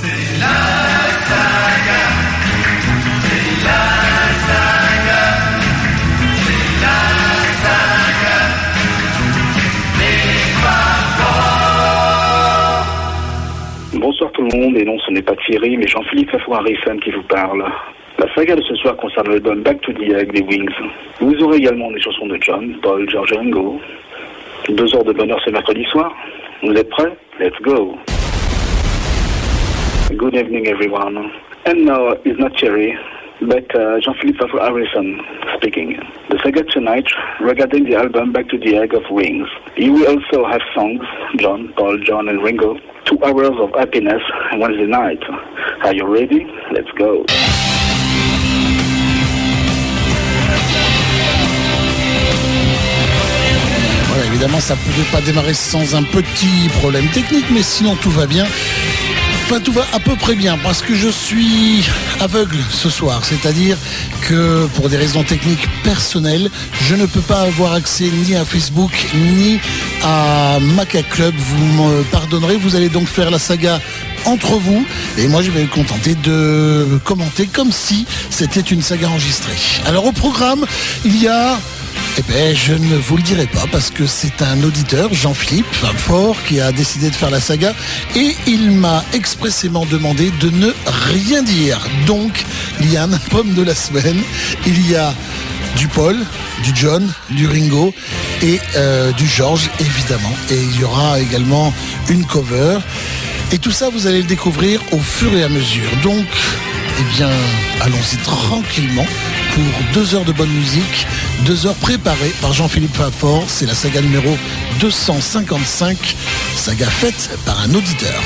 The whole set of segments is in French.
Bonsoir tout le monde, et non ce n'est pas Thierry, mais Jean-Philippe Harrison qui vous parle. La saga de ce soir concerne l'album Back to the Egg des Wings. Vous aurez également des chansons de John, Paul, George et Ringo. 2 heures de bonheur ce mercredi soir. Vous êtes prêts? Let's go! Good evening everyone. And now it's not Thierry, but Jean-Philippe Harrison speaking. The saga tonight regarding the album Back to the Egg of Wings. You will also have songs, John, Paul, John and Ringo. 2 hours of happiness Wednesday night. Are you ready? Let's go. Voilà, évidemment, ça ne pouvait pas démarrer sans un petit problème technique, mais sinon tout va bien. Enfin, tout va à peu près bien parce que je suis aveugle ce soir, c'est-à-dire que pour des raisons techniques personnelles, je ne peux pas avoir accès ni à Facebook ni à Maca Club. Vous me pardonnerez, vous allez donc faire la saga entre vous et moi je vais me contenter de commenter comme si c'était une saga enregistrée. Alors au programme, il y a... Eh bien, je ne vous le dirai pas parce que c'est un auditeur, Jean-Philippe Fort, qui a décidé de faire la saga et il m'a expressément demandé de ne rien dire. Donc, il y a un album de la semaine, il y a du Paul, du John, du Ringo et du George, évidemment. Et il y aura également une cover. Et tout ça, vous allez le découvrir au fur et à mesure. Donc, eh bien, allons-y tranquillement pour 2 heures de bonne musique, 2 heures préparées par Jean-Philippe Fort. C'est la saga numéro 255, saga faite par un auditeur.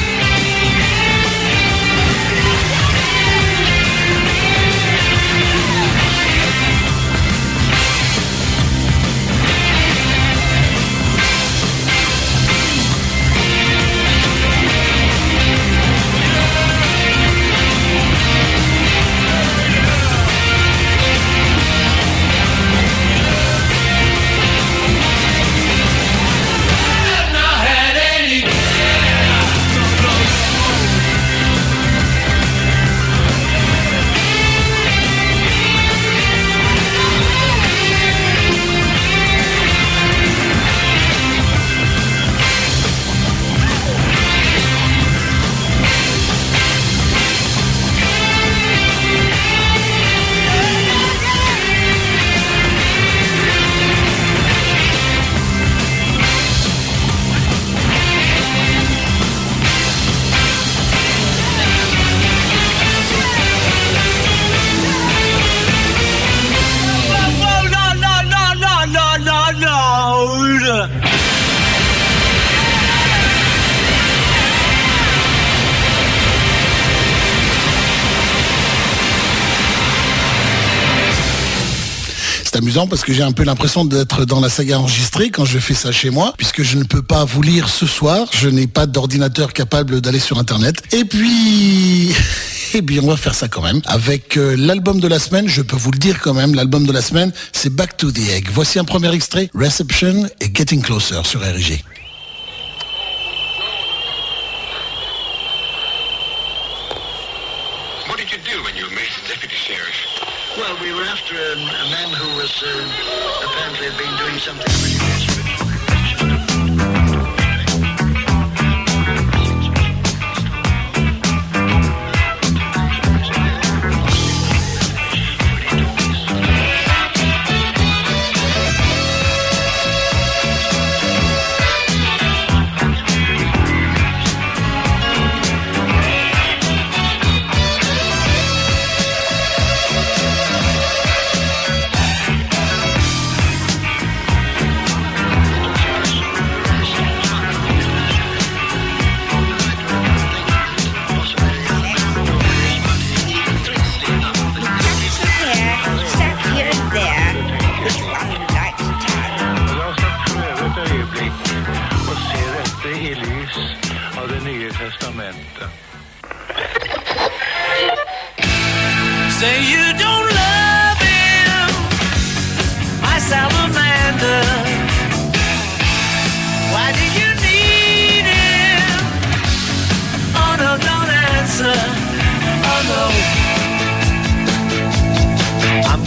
C'est amusant parce que j'ai un peu l'impression d'être dans la saga enregistrée quand je fais ça chez moi, puisque je ne peux pas vous lire ce soir, je n'ai pas d'ordinateur capable d'aller sur internet. Et puis... Eh bien, on va faire ça quand même. Avec l'album de la semaine, je peux vous le dire quand même, l'album de la semaine, c'est Back to the Egg. Voici un premier extrait, Reception et Getting Closer sur RG. What did you do when you made the deputy sheriff? Well, we were after a man who was apparently had been doing something really desperate.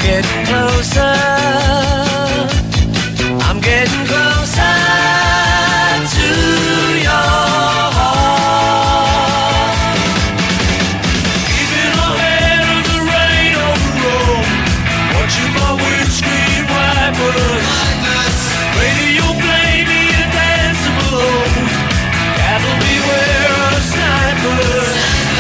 getting closer. I'm getting closer to your heart. Keeping ahead of the rain on the road, watching my windscreen wipers. Radio play me a dance below. Cattle beware of snipers.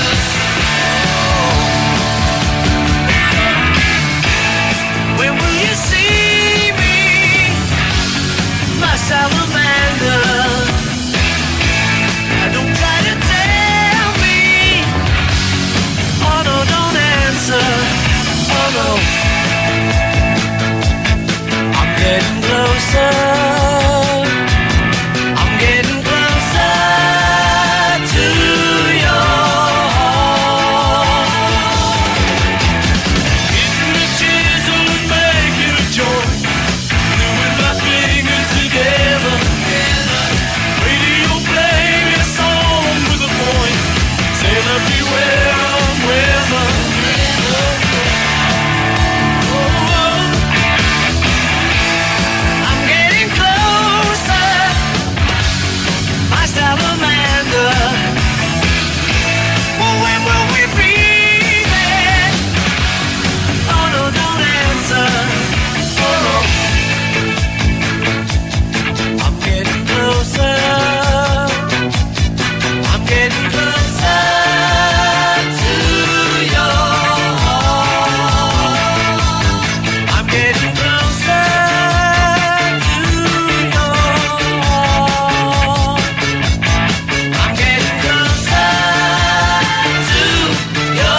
When will you see me, my salamander? Don't try to tell me. Oh no, don't answer. Oh no. I'm getting closer. I'm getting closer to your heart. Hitting the chisel and making a joint, gluing my fingers together. Radio play me a song with a point, sailor beware of weather. I'm getting closer, my salamander. Well, when will we be there? Oh no, don't answer. Oh no. I'm getting closer. I'm getting closer to your heart. I'm getting closer to your heart. I'm getting closer to your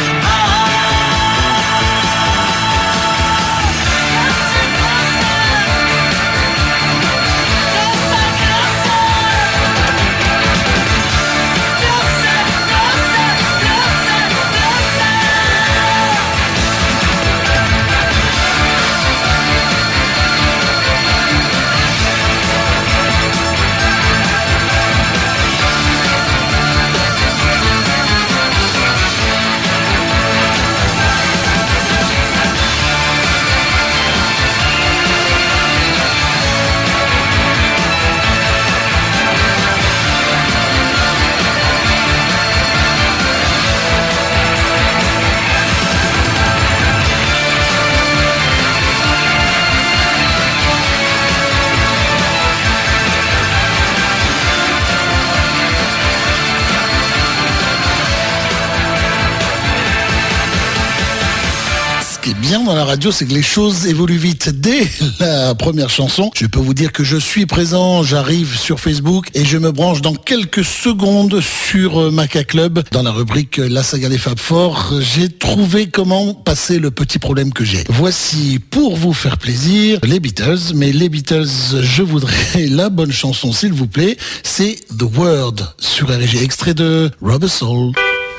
Ce qui est bien dans la radio, c'est que les choses évoluent vite. Dès la première chanson, je peux vous dire que je suis présent, j'arrive sur Facebook et je me branche dans quelques secondes sur Maca Club. Dans la rubrique La saga des Fab Four, j'ai trouvé comment passer le petit problème que j'ai. Voici, pour vous faire plaisir, les Beatles. Mais les Beatles, je voudrais la bonne chanson, s'il vous plaît. C'est The Word sur RG, extrait de Rubber Soul.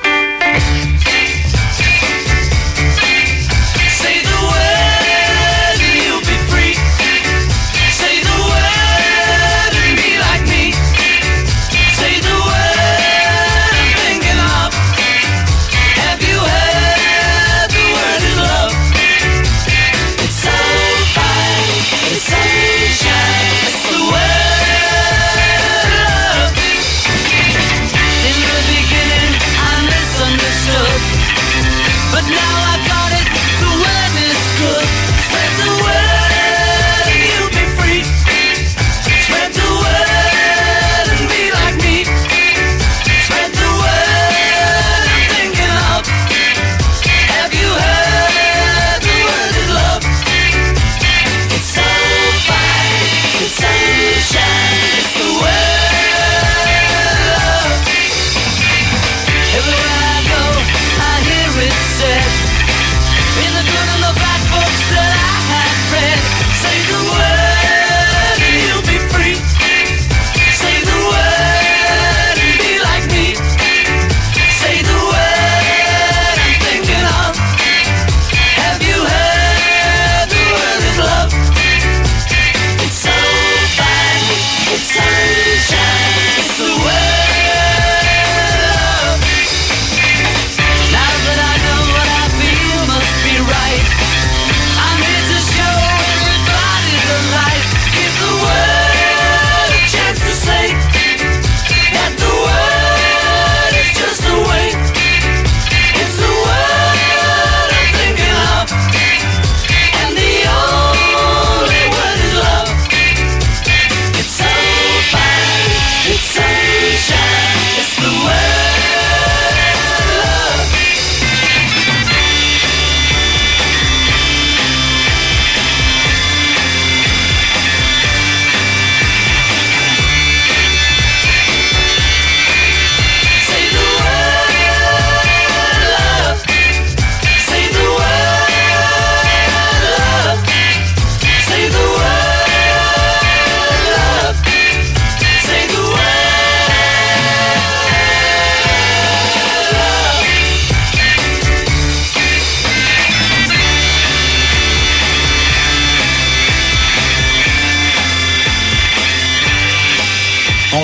Say the word and you'll be free. Say the word and be like me. Say the word I'm thinking of. Have you heard the word is love? It's so fine, it's sunshine. It's the word love. In the beginning I misunderstood.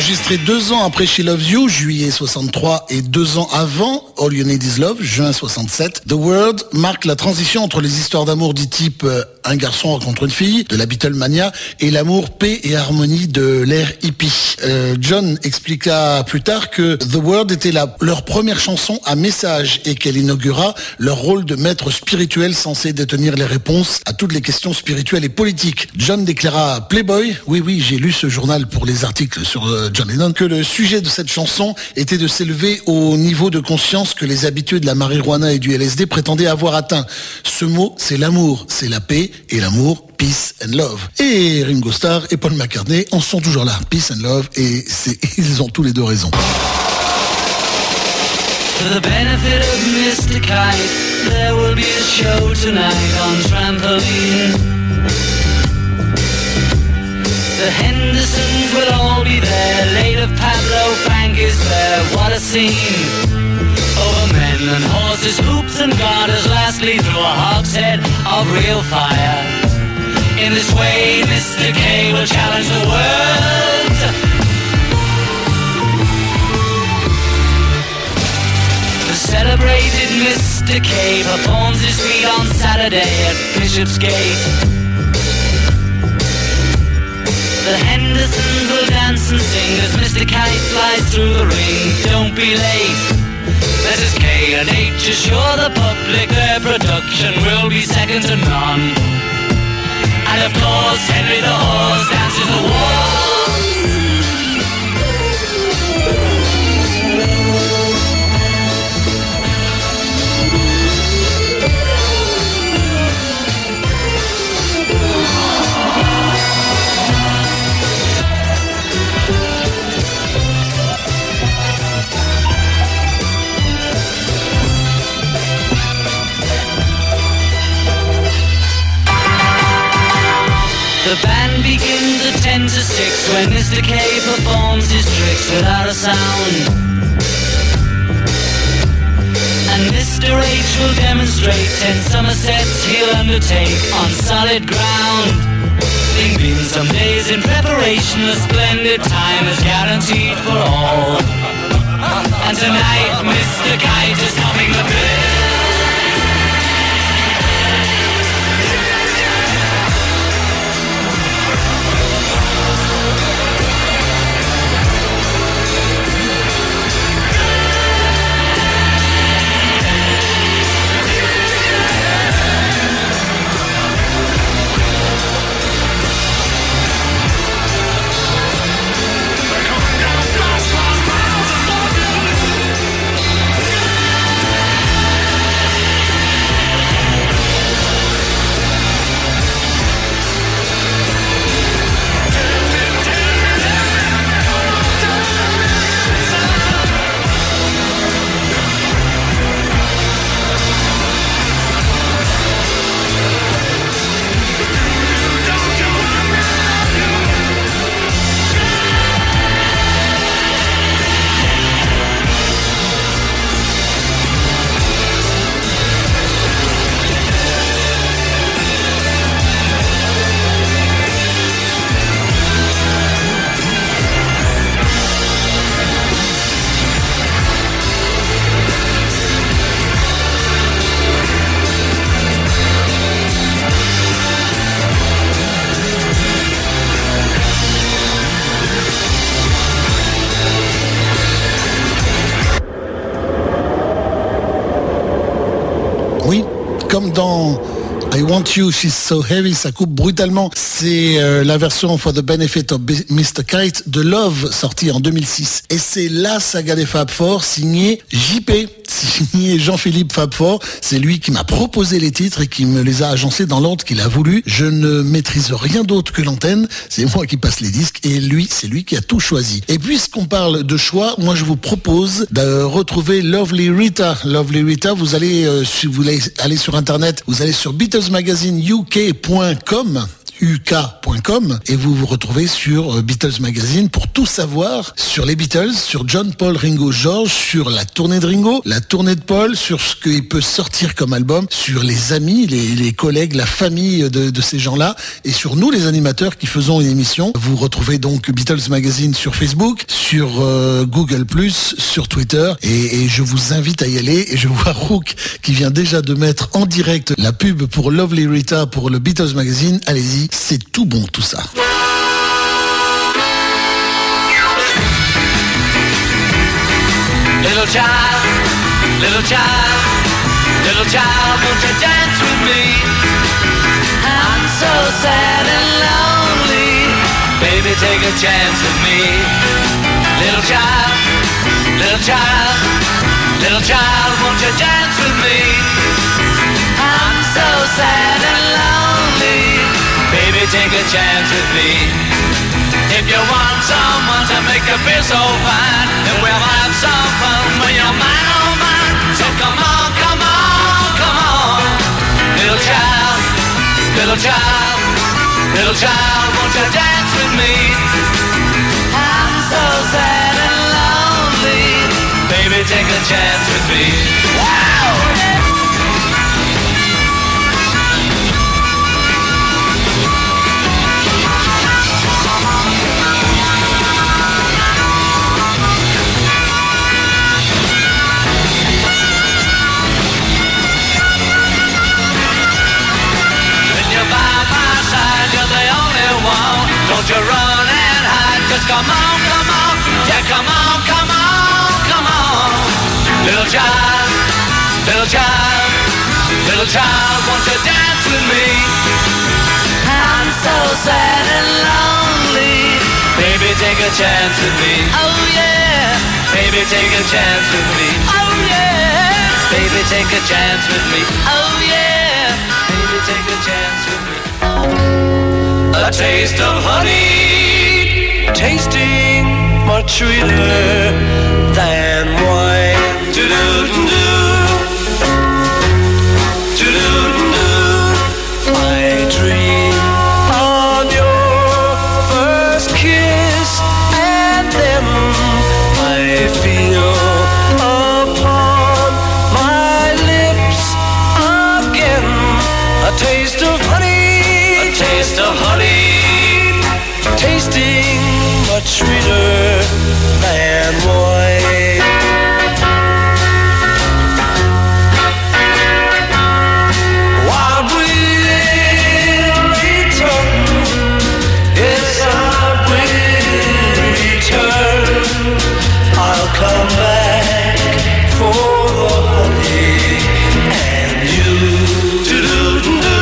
Enregistré 2 ans après She Loves You, juillet 63, et 2 ans avant All You Need Is Love, juin 67, The World marque la transition entre les histoires d'amour du type un garçon rencontre une fille, de la Beatlemania, et l'amour, paix et harmonie de l'ère hippie. John expliqua plus tard que The World était leur première chanson à message et qu'elle inaugura leur rôle de maître spirituel censé détenir les réponses à toutes les questions spirituelles et politiques. John déclara à Playboy, oui, j'ai lu ce journal pour les articles sur John Lennon, que le sujet de cette chanson était de s'élever au niveau de conscience que les habitués de la marijuana et du LSD prétendaient avoir atteint. Ce mot, c'est l'amour, c'est la paix et l'amour, peace and love. Et Ringo Starr et Paul McCartney en sont toujours là, peace and love, et ils ont tous les deux raison. For the benefit of Mr. Kite, there will be a show tonight on Trampoline. The Hendersons will all be there, late of Pablo Frank is there, what a scene. Over men and horses, hoops and garters, lastly through a hogshead of real fire. In this way, Mr. K will challenge the world. The celebrated Mr. K performs his feat on Saturday at Bishopsgate. The Hendersons will dance and sing as Mr. Kite flies through the ring. Don't be late. Letters K and H assure the public their production will be second to none. And of course Henry the Horse dances the waltz. The band begins at 10 to 6 when Mr. K performs his tricks without a sound. And Mr. H will demonstrate 10 Somersets he'll undertake on solid ground. Having been some days in preparation, a splendid time is guaranteed for all. And tonight Mr. Kite is topping the bill. Comme dans I Want You, She's So Heavy, ça coupe brutalement. C'est la version For the Benefit of Mr. Kite de Love, sortie en 2006. Et c'est la saga des Fab Four, signée JP, signé Jean-Philippe Fab Four. C'est lui qui m'a proposé les titres et qui me les a agencés dans l'ordre qu'il a voulu. Je ne maîtrise rien d'autre que l'antenne. C'est moi qui passe les disques et lui, c'est lui qui a tout choisi. Et puisqu'on parle de choix, moi je vous propose de retrouver Lovely Rita. Lovely Rita, vous allez, si vous voulez aller sur internet, vous allez sur BeatlesMagazineUK.com. beatlesuk.com et vous vous retrouvez sur Beatles Magazine pour tout savoir sur les Beatles, sur John, Paul, Ringo, George, sur la tournée de Ringo, la tournée de Paul, sur ce qu'il peut sortir comme album, sur les amis, les collègues, la famille de ces gens-là et sur nous les animateurs qui faisons une émission. Vous retrouvez donc Beatles Magazine sur Facebook, sur Google+, sur Twitter et je vous invite à y aller. Et je vois Rook qui vient déjà de mettre en direct la pub pour Lovely Rita pour le Beatles Magazine. Allez-y, c'est tout bon tout ça. Little child, little child, little child, won't you dance with me? I'm so sad and lonely, baby take a chance with me. Little child, little child, little child, won't you dance with me? I'm so sad and lonely, baby take a chance with me. If you want someone to make you feel so fine, then we'll have some fun when you're mine, oh mine. So come on, come on, come on. Little child, little child, little child, won't you dance with me? I'm so sad and lonely, baby take a chance with me. Wow! Don't you run and hide, just come on, come on. Yeah, come on, come on, come on. Little child, little child, little child, won't you dance with me? I'm so sad and lonely, baby take a chance with me. Oh yeah, baby take a chance with me. Oh yeah, baby take a chance with me. Oh yeah, baby take a chance with me. A taste of honey, tasting much sweeter than wine. Do-do-do-do, do-do-do. I dream of your first kiss, and then I feel upon my lips again a taste of honey, a taste of honey, tasting much sweeter than wine. While we'll return, yes I will return. I'll come back for the honey and you. Do-do-do-do.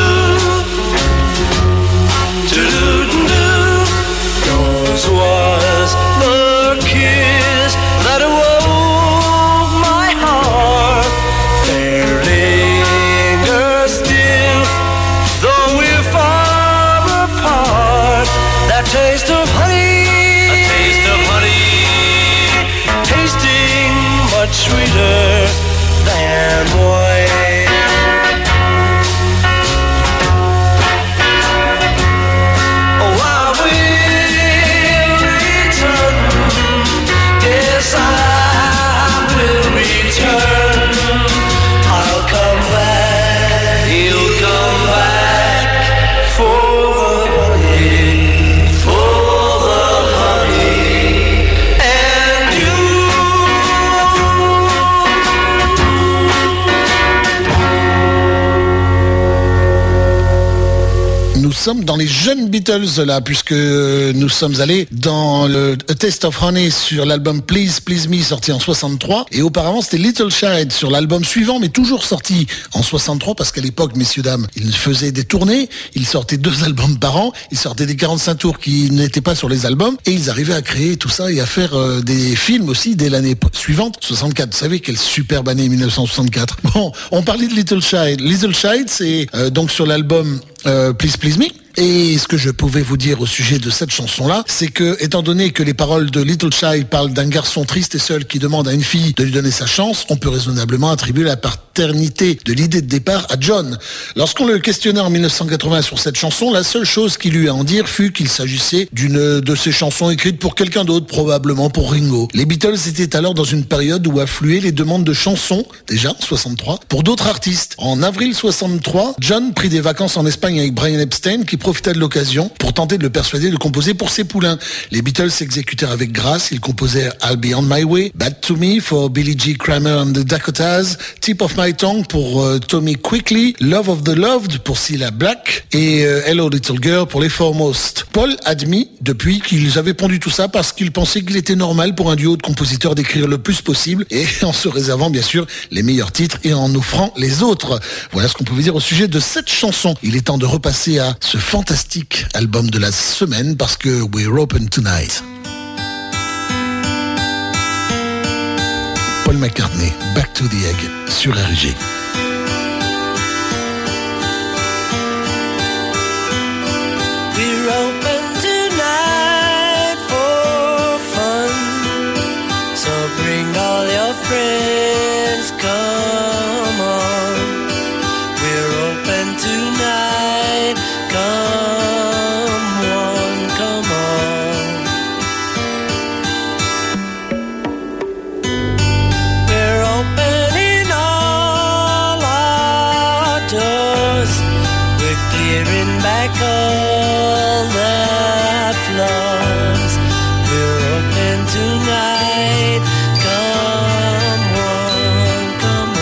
Yours was the kiss that awoke my heart. There lingers still, though we're far apart, that taste of honey, a taste of honey, tasting much sweeter than wine. Nous sommes dans les jeunes Beatles là, puisque nous sommes allés dans le A Taste of Honey sur l'album Please Please Me sorti en 63 et auparavant c'était Little Child sur l'album suivant mais toujours sorti en 63 parce qu'à l'époque, messieurs dames, ils faisaient des tournées, ils sortaient 2 albums par an, ils sortaient des 45 tours qui n'étaient pas sur les albums et ils arrivaient à créer tout ça et à faire des films aussi dès l'année suivante, 64. Vous savez quelle superbe année 1964. Bon, on parlait de Little Child. Little Child c'est donc sur l'album Please Please Me. Et ce que je pouvais vous dire au sujet de cette chanson-là, c'est que, étant donné que les paroles de Little Child parlent d'un garçon triste et seul qui demande à une fille de lui donner sa chance, on peut raisonnablement attribuer la paternité de l'idée de départ à John. Lorsqu'on le questionnait en 1980 sur cette chanson, la seule chose qu'il eut à en dire fut qu'il s'agissait d'une de ses chansons écrites pour quelqu'un d'autre, probablement pour Ringo. Les Beatles étaient alors dans une période où affluaient les demandes de chansons, déjà en 63, pour d'autres artistes. En avril 63, John prit des vacances en Espagne avec Brian Epstein qui profita de l'occasion pour tenter de le persuader de composer pour ses poulains. Les Beatles s'exécutèrent avec grâce, ils composèrent I'll Be On My Way, Bad To Me for Billy G. Kramer and the Dakotas, Tip of My Tongue pour Tommy Quickly, Love of the Loved pour Cilla Black et Hello Little Girl pour les Foremost. Paul admit depuis qu'ils avaient pondu tout ça parce qu'il pensait qu'il était normal pour un duo de compositeurs d'écrire le plus possible et en se réservant bien sûr les meilleurs titres et en offrant les autres. Voilà ce qu'on pouvait dire au sujet de cette chanson. Il est temps de repasser à ce fantastique album de la semaine parce que We're Open Tonight. Paul McCartney, Back to the Egg sur RG. We're open tonight for fun, so bring all your friends, come on. We're open tonight, come on, come on. We're opening all our doors, we're clearing back all the floors. We're open tonight, come on, come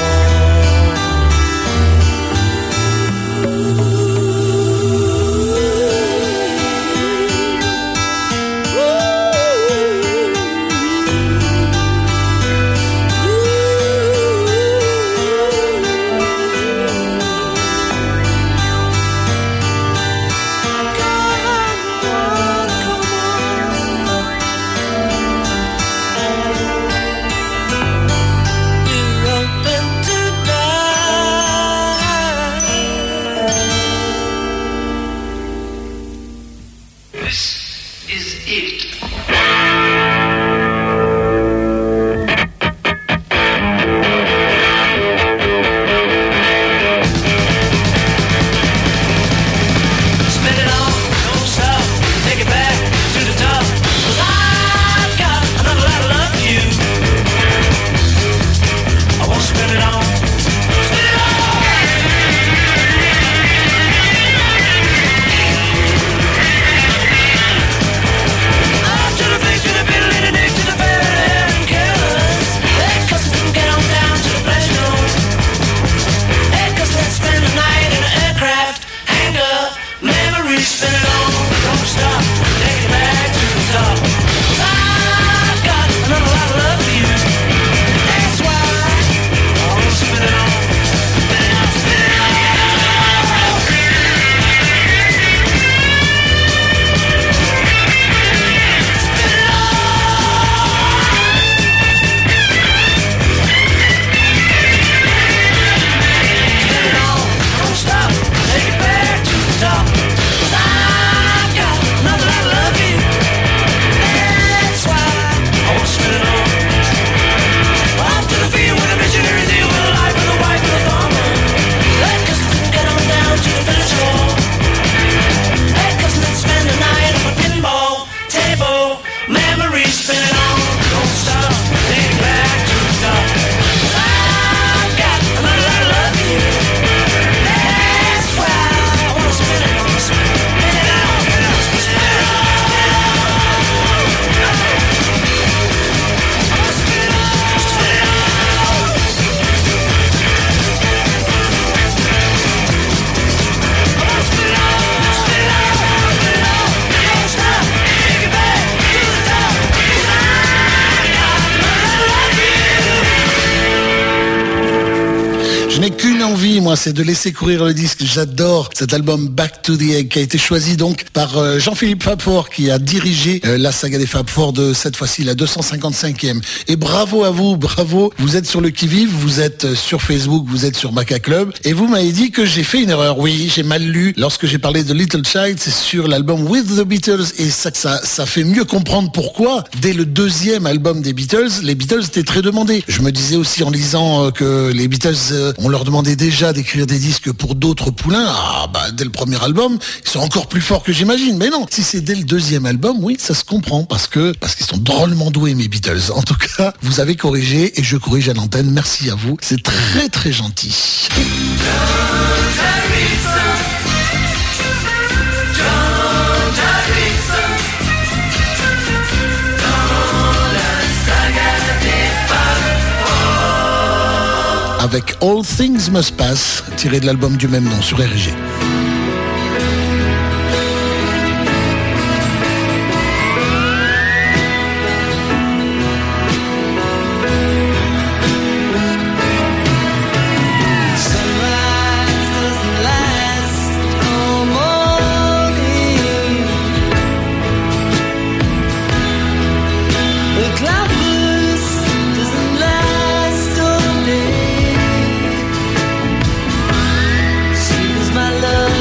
qu'une envie, moi, c'est de laisser courir le disque. J'adore cet album Back to the Egg qui a été choisi donc par Jean-Philippe Fabfort qui a dirigé la saga des Fabfort de cette fois-ci la 255e. Et bravo à vous, bravo. Vous êtes sur le qui-vive, vous êtes sur Facebook, vous êtes sur Maca Club et vous m'avez dit que j'ai fait une erreur. Oui, j'ai mal lu. Lorsque j'ai parlé de Little Child, c'est sur l'album With the Beatles et ça fait mieux comprendre pourquoi dès le deuxième album des Beatles, les Beatles étaient très demandés. Je me disais aussi en lisant que les Beatles, on leur demandait déjà d'écrire des disques pour d'autres poulains. Ah bah dès le premier album, ils sont encore plus forts que j'imagine. Mais non, si c'est dès le deuxième album, oui, ça se comprend parce qu'ils sont drôlement doués mes Beatles. En tout cas, vous avez corrigé et je corrige à l'antenne. Merci à vous. C'est très très gentil. Avec All Things Must Pass, tiré de l'album du même nom sur RG. My love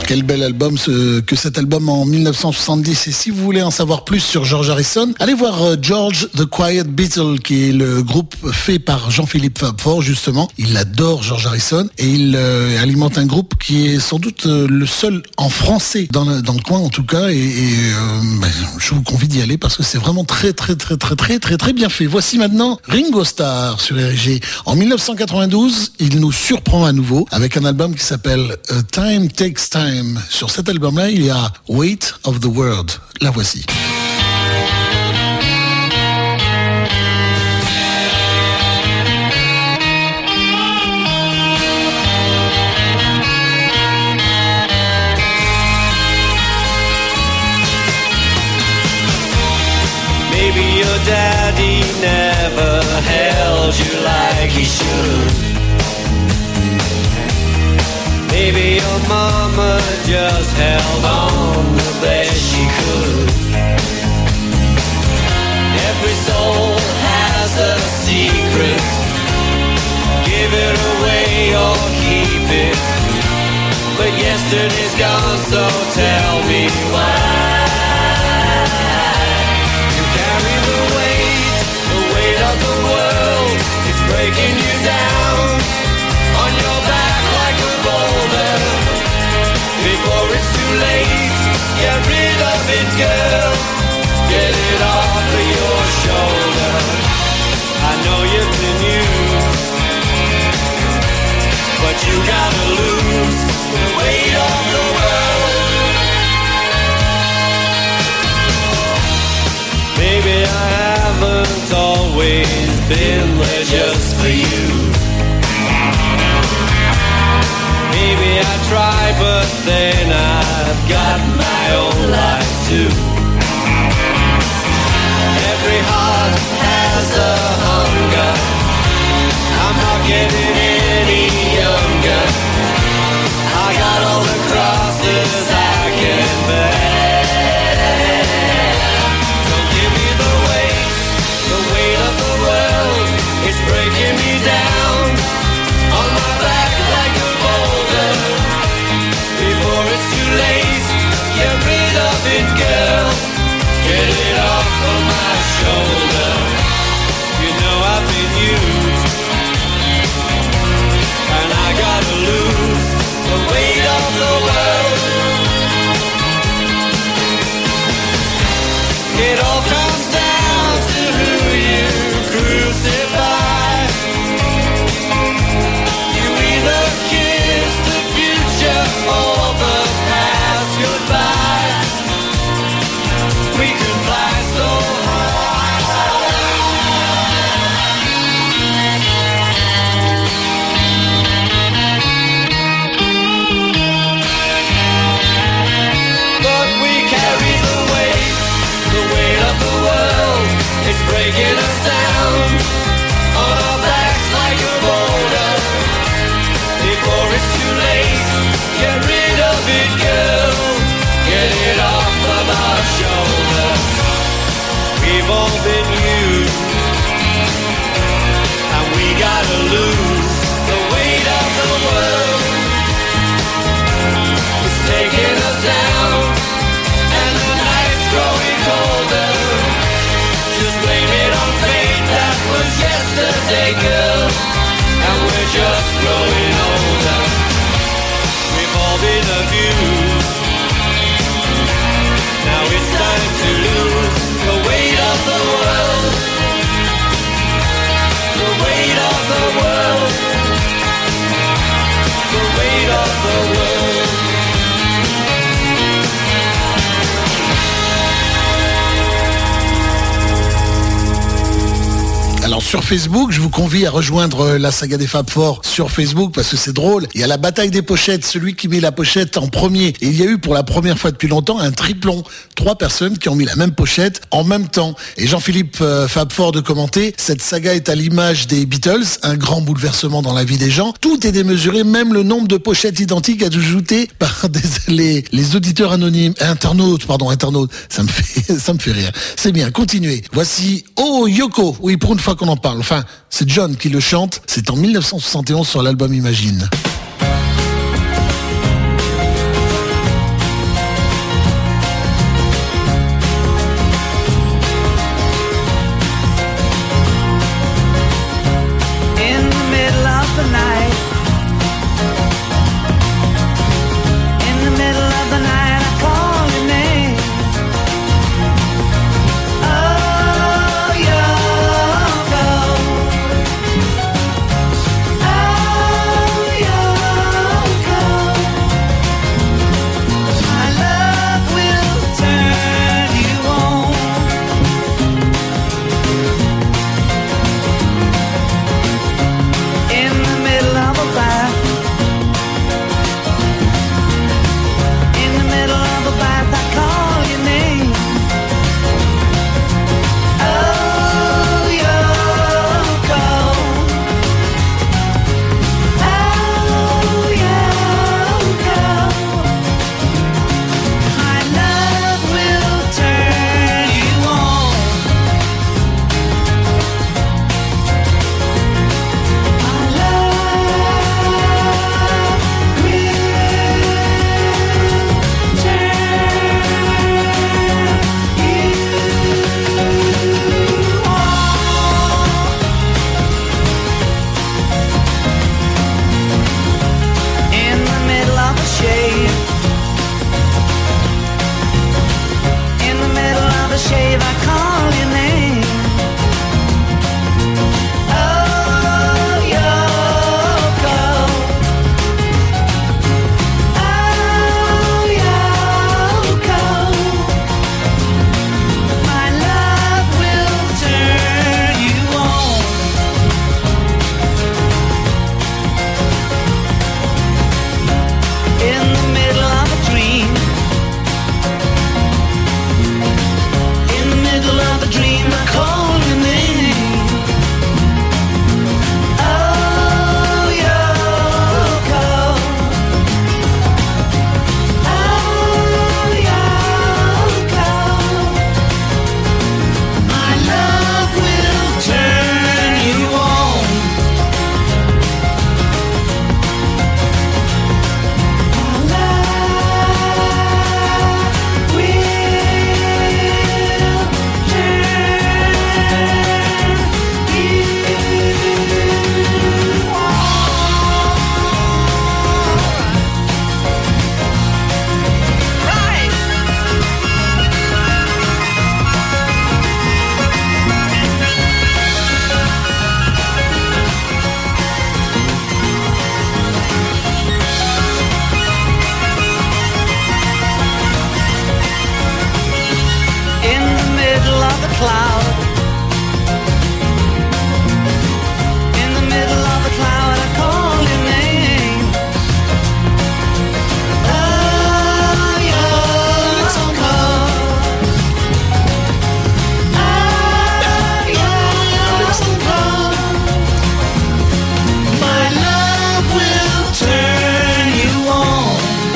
Quel bel album que cet album en 1970. Et si vous voulez en savoir plus sur George Harrison, allez voir George the Quiet Beatle, qui est le groupe fait par Jean-Philippe Fabfort, justement. Il adore George Harrison et il alimente un groupe qui est sans doute le seul en français dans le coin en tout cas. Je vous convie d'y aller parce que c'est vraiment très bien fait. Voici maintenant Ringo Starr sur RG. En 1992, il nous surprend à nouveau avec un album qui s'appelle Time Takes Time. Sur cet album-là, il y a Weight of the World. La voici. Maybe your daddy never held you like he should. Maybe your mama just held on the best she could. Every soul has a secret. Give it away or keep it. But yesterday's gone, so tell me why. You carry the weight of the world. It's breaking you down on your back like a boulder. Before it's too late, get rid of it, girl. Get it off of your shoulder. I know you've been used, but you gotta lose the weight of the world. Maybe I haven't always been there just for you. Maybe I try, but then I've got my own life too. Every heart has a hunger. I'm not getting any younger. I got all the crosses I can bear. Don't give me the weight of the world. It's breaking me down on my back like a boulder. Before it's too late, get rid of it, girl. Get it off of my shoulder. You know I've been used, and I gotta lose the weight of the world. It all comes down to who you crucify. You either kiss the future or the past goodbye. We could fly so but we carry the weight of the world. It's breaking us down on our backs like a boulder. Before it's too late, get rid of it, girl. Get it off of our shoulders. We've all been used, and we gotta lose the weight of the world. It's taking us down, and the night's growing colder. Just blame it on fate, that was yesterday, girl. And we're just growing older. We've all been abused. Now it's time to lose the weight of the world. The weight of the world. The weight of the world. Alors sur Facebook, je vous convie à rejoindre la saga des Fab Four sur Facebook parce que c'est drôle. Il y a la bataille des pochettes, celui qui met la pochette en premier. Et il y a eu pour la première fois depuis longtemps un triplon. 3 personnes qui ont mis la même pochette en même temps. Et Jean-Philippe Fabfort de commenter, cette saga est à l'image des Beatles, un grand bouleversement dans la vie des gens. Tout est démesuré, même le nombre de pochettes identiques ajouté par les auditeurs anonymes, internautes. Ça me fait rire. C'est bien, continuez. Voici Oh Yoko. Oui, pour une fois qu'on en parle. Enfin, c'est John qui le chante. C'est en 1971 sur l'album Imagine. shave, I call your name. Oh, Yoko. Oh, Yoko. My love will turn you on. In the middle of a dream. In the middle of a dream, I call your name. Oh, Yoko. Oh, Yoko. My love will turn you on. My love will in the middle of a cloud. In the middle of a cloud, I call your name. Oh, Yoko. Oh, Yoko. My love will turn you on.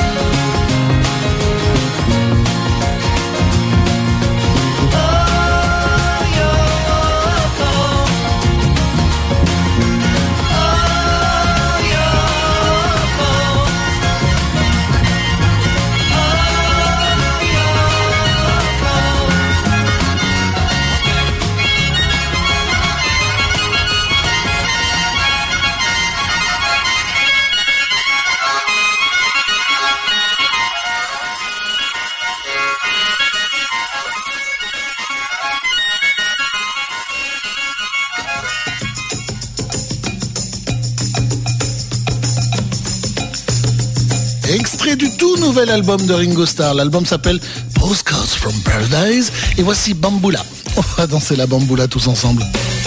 Extrait du tout nouvel album de Ringo Starr. L'album s'appelle Postcards from Paradise. Et voici Bamboula. On va danser la Bamboula tous ensemble.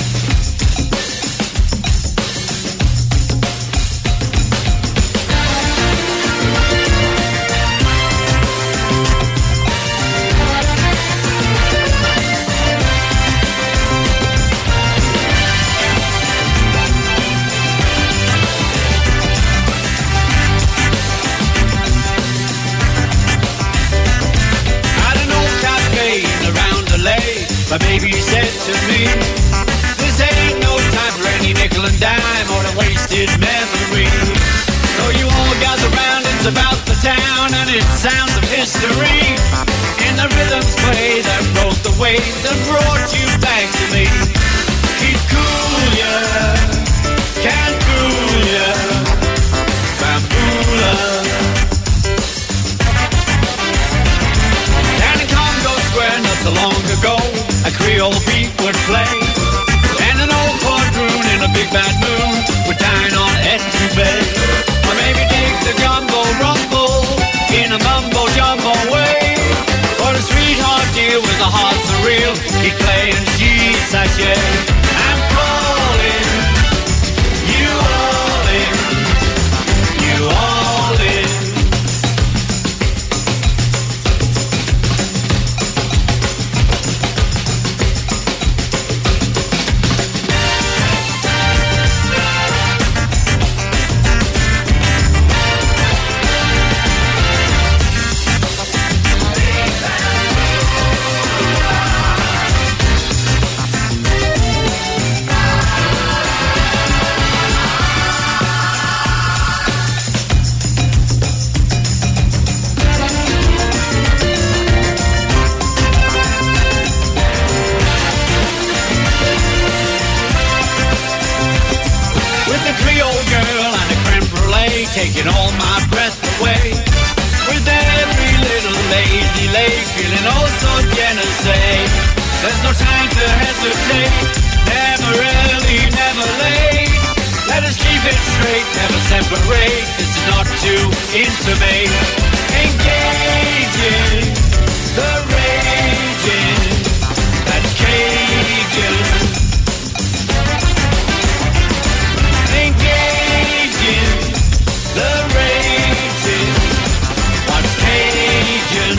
At an old cafe around the lake, my baby said to me, this ain't no time for any nickel and dime or a wasted memory. So you all gather round, it's about the town and it's sounds of history. In the rhythms play that broke the waves and brought you back to me. Keep cool, yeah, can't fool ya, Bamboula. Down in Congo Square not so long ago, a Creole beat would play, and an old quadroon in a big bad moon would dine on Etouffee. Or maybe dig the gumbo rumble in a mumbo jumbo way. Or a sweetheart deal with a heart so real, he'd play and she'd sachet. I'm calling you all in, you all in. awake, feeling oh so Genesee. There's no time to hesitate, never early, never late. Let us keep it straight, never separate. This is not to intimate. Engaging the raging that's Cajun. Engaging the raging what's Cajun.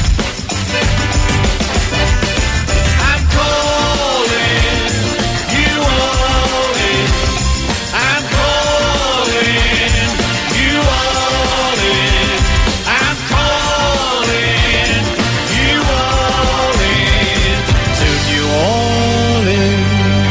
I'm calling you all in. I'm calling you all in. I'm calling you all in to New Orleans.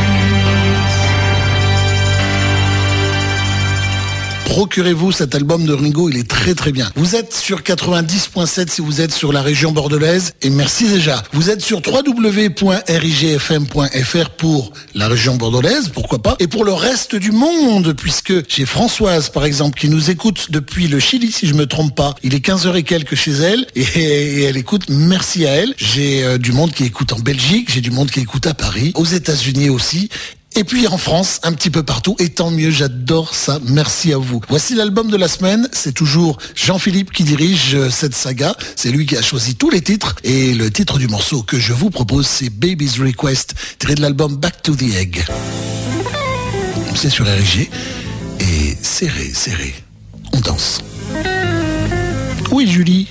Procurez-vous cet album de Ringo, il est très très bien. Vous êtes sur 90.7 si vous êtes sur la région bordelaise, et merci déjà. Vous êtes sur www.rigfm.fr pour la région bordelaise, pourquoi pas, et pour le reste du monde, puisque j'ai Françoise par exemple qui nous écoute depuis le Chili si je me trompe pas. Il est 15h et quelques chez elle, et elle écoute, merci à elle. J'ai du monde qui écoute en Belgique, j'ai du monde qui écoute à Paris, aux États-Unis aussi. Et puis en France, un petit peu partout, et tant mieux, j'adore ça, merci à vous. Voici l'album de la semaine, c'est toujours Jean-Philippe qui dirige cette saga, c'est lui qui a choisi tous les titres, et le titre du morceau que je vous propose, c'est Baby's Request, tiré de l'album Back to the Egg. C'est sur RG, et serré, serré, on danse. Oui Julie.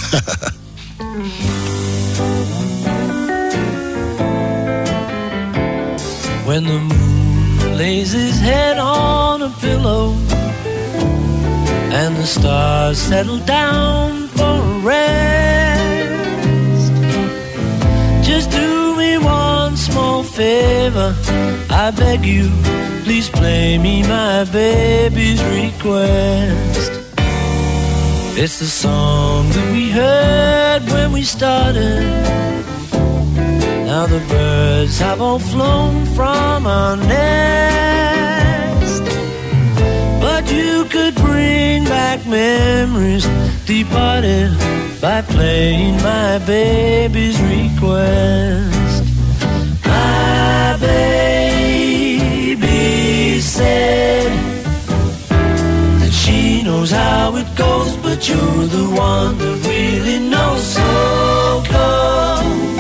When the moon lays his head on a pillow and the stars settle down for a rest, just do me one small favor, I beg you, please play me my baby's request. It's the song that we heard when we started. Now the birds have all flown from our nest, but you could bring back memories departed by playing my baby's request. My baby said that she knows how it goes, but you're the one that really knows. So go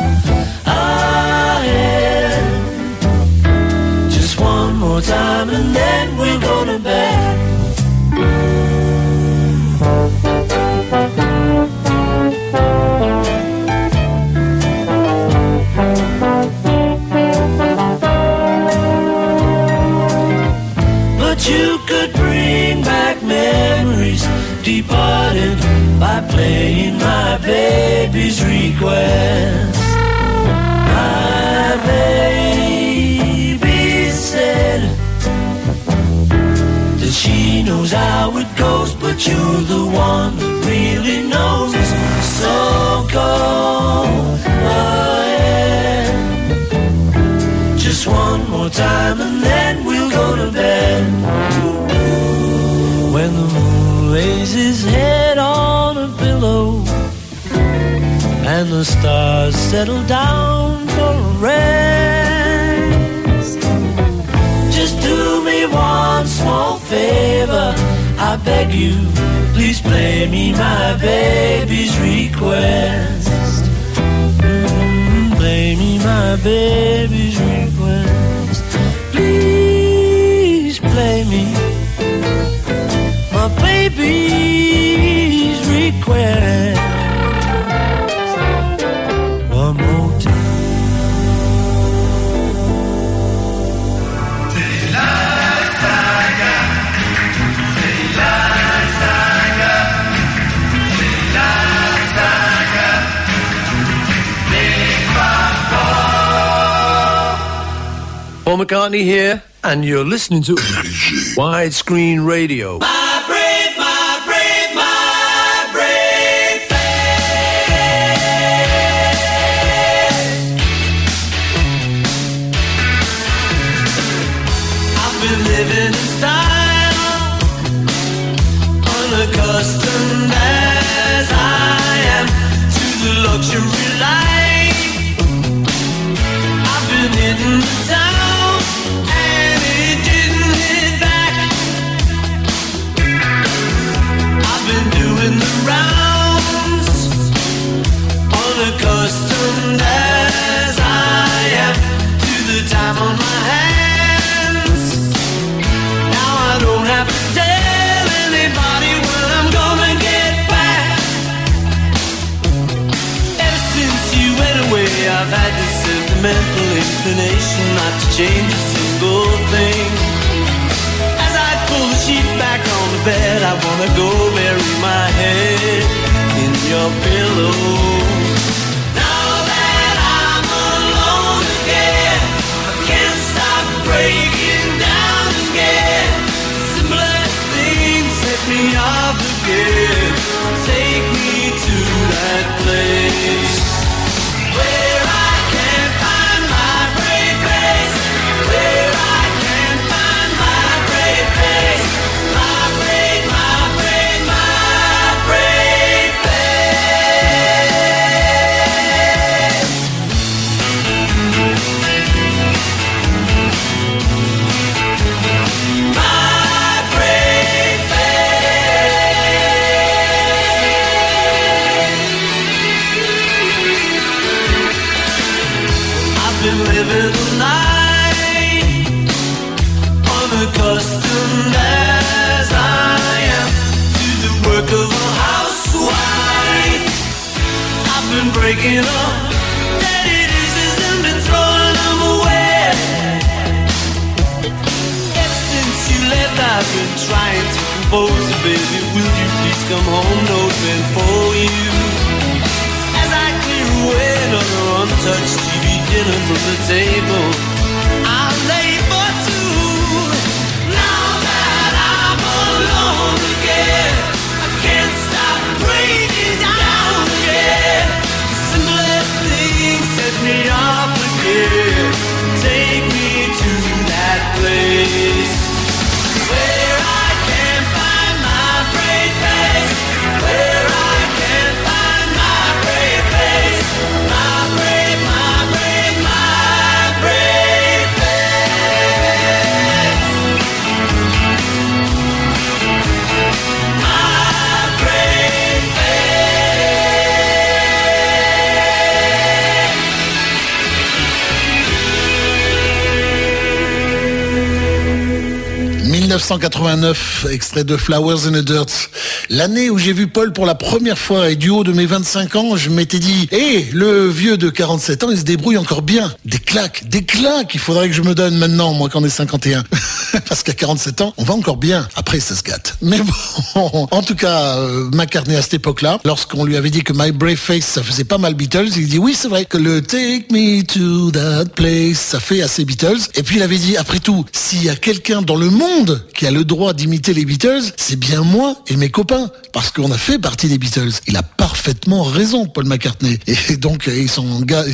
just one more time and then we'll go to bed. But you could bring back memories departed by playing my baby's request. My baby said that she knows how it goes, but you're the one that really knows. So go ahead, just one more time and then we'll go to bed. When the moon lays his head on a pillow and the stars settle down for a rest, just do me one small favor, I beg you, please play me my baby's request. Play me my baby's request. Please play me my baby's request. One more time. C'est la saga. C'est la saga. C'est la saga. Les parents. Paul McCartney here, and you're listening to Widescreen Radio. Living in style, unaccustomed as I am to the luxury luxury life. I've been hitting the town and it didn't hit back. I've been doing the rounds, unaccustomed as I am to the time on my hands. Now I don't have to tell anybody when I'm gonna get back. Ever since you went away, I've had this sentimental inclination not to change a single thing. As I pull the sheet back on the bed, I wanna go bury my head in your pillow. Now that I'm alone again, I can't stop breaking down again. Simplest things set me off again. Take me to that place where I can find my brave face, where I can find my brave face, my brave, my brave, my brave face. My brave I've been living a life, unaccustomed as I am to the work of a housewife. I've been breaking up dirty dishes and been throwing them away. Ever since you left, I've been trying to compose it, baby. Will you please come home? No been for you. As I clear away another untouched TV dinner from the table, I'll lay for two. Now that I'm alone again, I can't stop breaking down again. The simplest things set me off again. Take me to that place where I can find my brave face, where I can find my brave face, my brave, my brave, my brave face, my brave « 1989, extrait de Flowers in the Dirt. L'année où j'ai vu Paul pour la première fois et du haut de mes 25 ans, je m'étais dit, le vieux de 47 ans, il se débrouille encore bien. Des claques, il faudrait que je me donne maintenant, moi qu'en ai 51. Parce qu'à 47 ans, on va encore bien. Après, ça se gâte. Mais bon, en tout cas, McCartney à cette époque-là, lorsqu'on lui avait dit que My Brave Face, ça faisait pas mal Beatles, il dit oui, c'est vrai que le Take Me to That Place, ça fait assez Beatles. Et puis il avait dit, après tout, s'il y a quelqu'un dans le monde qui a le droit d'imiter les Beatles, c'est bien moi et mes copains, parce qu'on a fait partie des Beatles. Il a parfaitement raison, Paul McCartney. Et donc, il se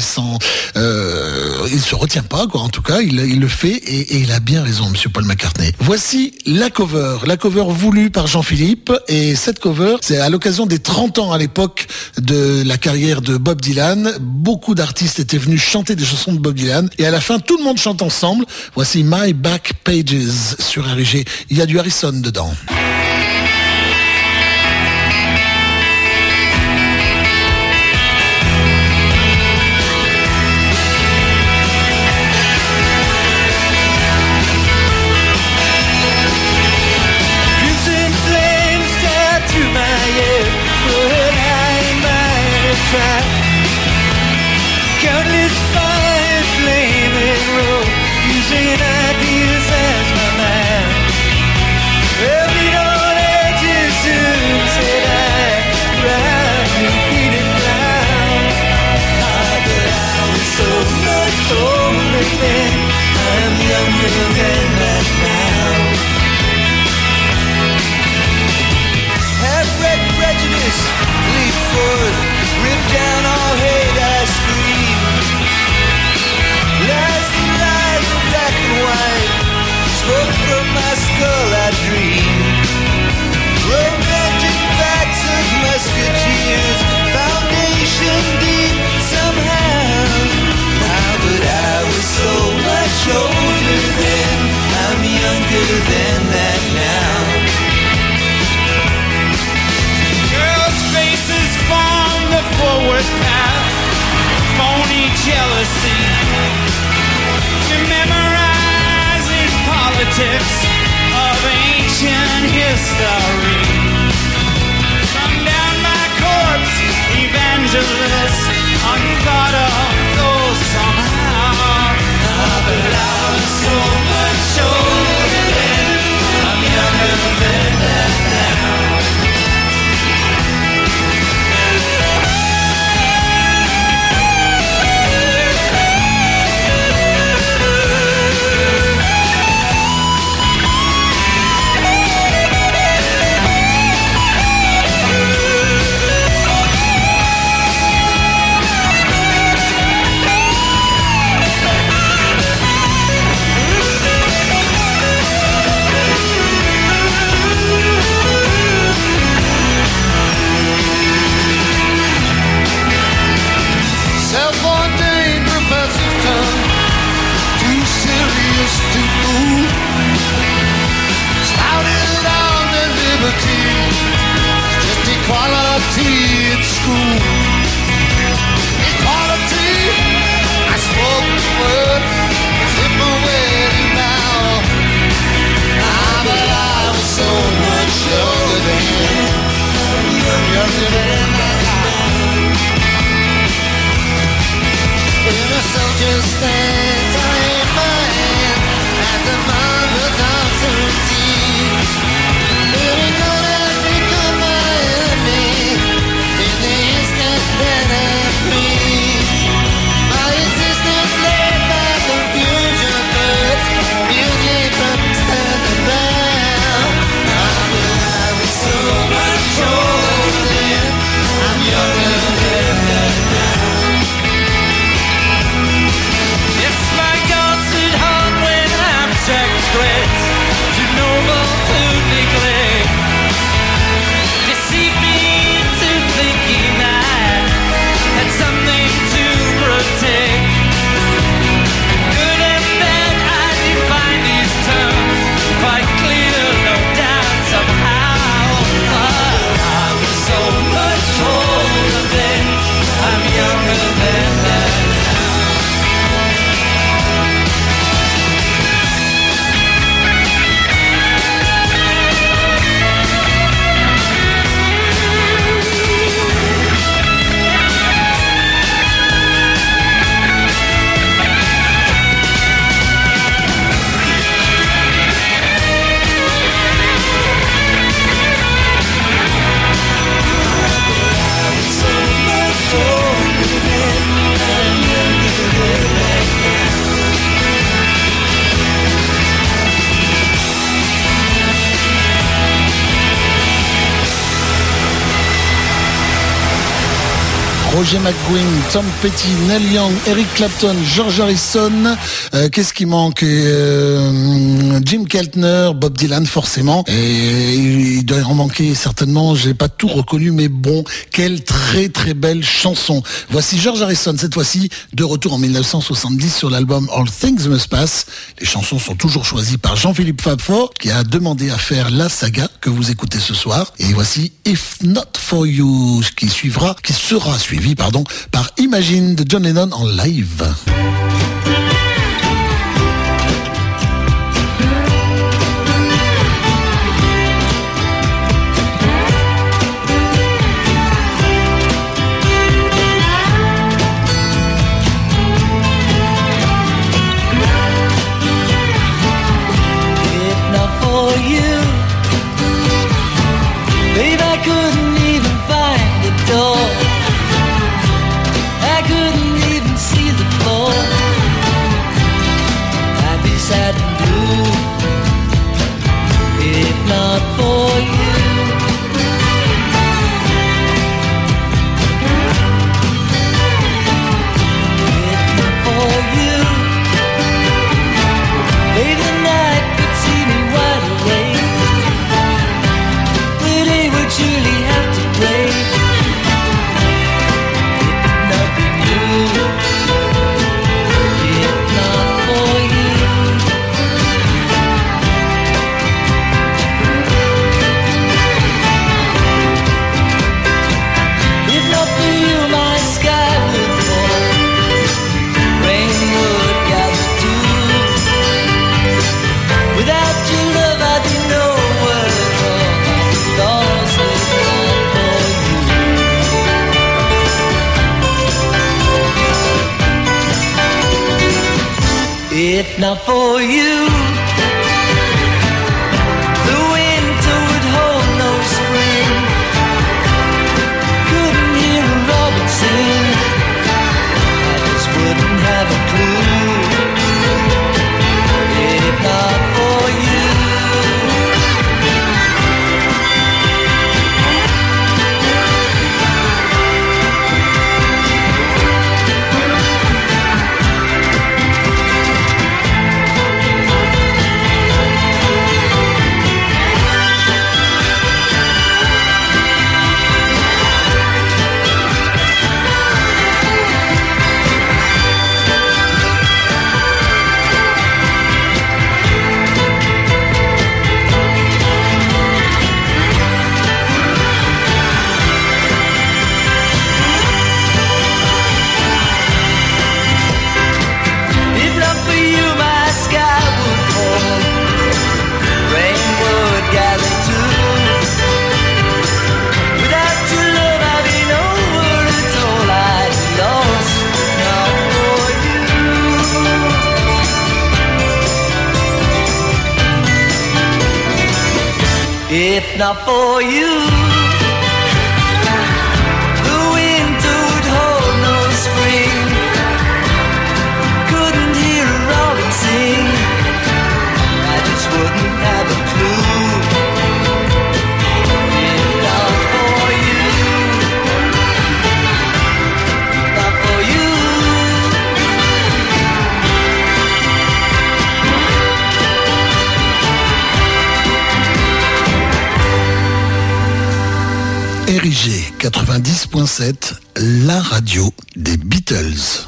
retient pas, quoi. En tout cas, il le fait et il a bien raison, monsieur Paul McCartney. Voici la cover voulue par Jean-Philippe. Et cette cover, c'est à l'occasion des 30 ans à l'époque de la carrière de Bob Dylan. Beaucoup d'artistes étaient venus chanter des chansons de Bob Dylan. Et à la fin, tout le monde chante ensemble. Voici My Back Pages sur RG. Il y a du Harrison dedans. Countless fire flaming road, using ideas as my man. Well, lead on edges soon, said I, round and beat it round. Ah, but I was so much older then, I'm younger than that now. Half-bred prejudice, leap forth, rip down all hate, I scream. Lies and lies of black and white. this unthought of, though somehow. But I was so much older then. I'm younger than that now. Self-ordained professor's tongue, too serious to fool. Spouted out the liberty, just equality at school. Equality, I spoke the word as if I were you now. But I was so much younger then, younger than that. When a soldier stands in my hand as the mother talks her teeth, letting go that become my enemy in the instant that I breathe. My existence led by confusion, but beauty from stand around. I was so much older then, I'm younger than that now. Regrets, too noble to neglect. Deceive me into thinking I had something to protect. Good and bad, I define these terms quite clear, no doubt somehow. I was so much older then, I'm younger than that. Roger McGuinn, Tom Petty, Neil Young, Eric Clapton, George Harrison, qu'est-ce qui manque, Jim Keltner, Bob Dylan forcément, et il doit en manquer certainement, j'ai pas tout reconnu, mais bon, quelle très très belle chanson. Voici George Harrison, cette fois-ci de retour en 1970 sur l'album All Things Must Pass. Les chansons sont toujours choisies par Jean-Philippe Fabfort, qui a demandé à faire la saga que vous écoutez ce soir. Et voici If Not For You, qui sera suivi par Imagine de John Lennon en live. If not for you, the winter would hold no spring. Couldn't hear a robin sing. I just wouldn't have a clue. If not for you. If not for you, the winter would hold no spring. Couldn't hear a robin sing. I just wouldn't have a clue. If not for you, not for you. RIG 90.7, la radio des Beatles.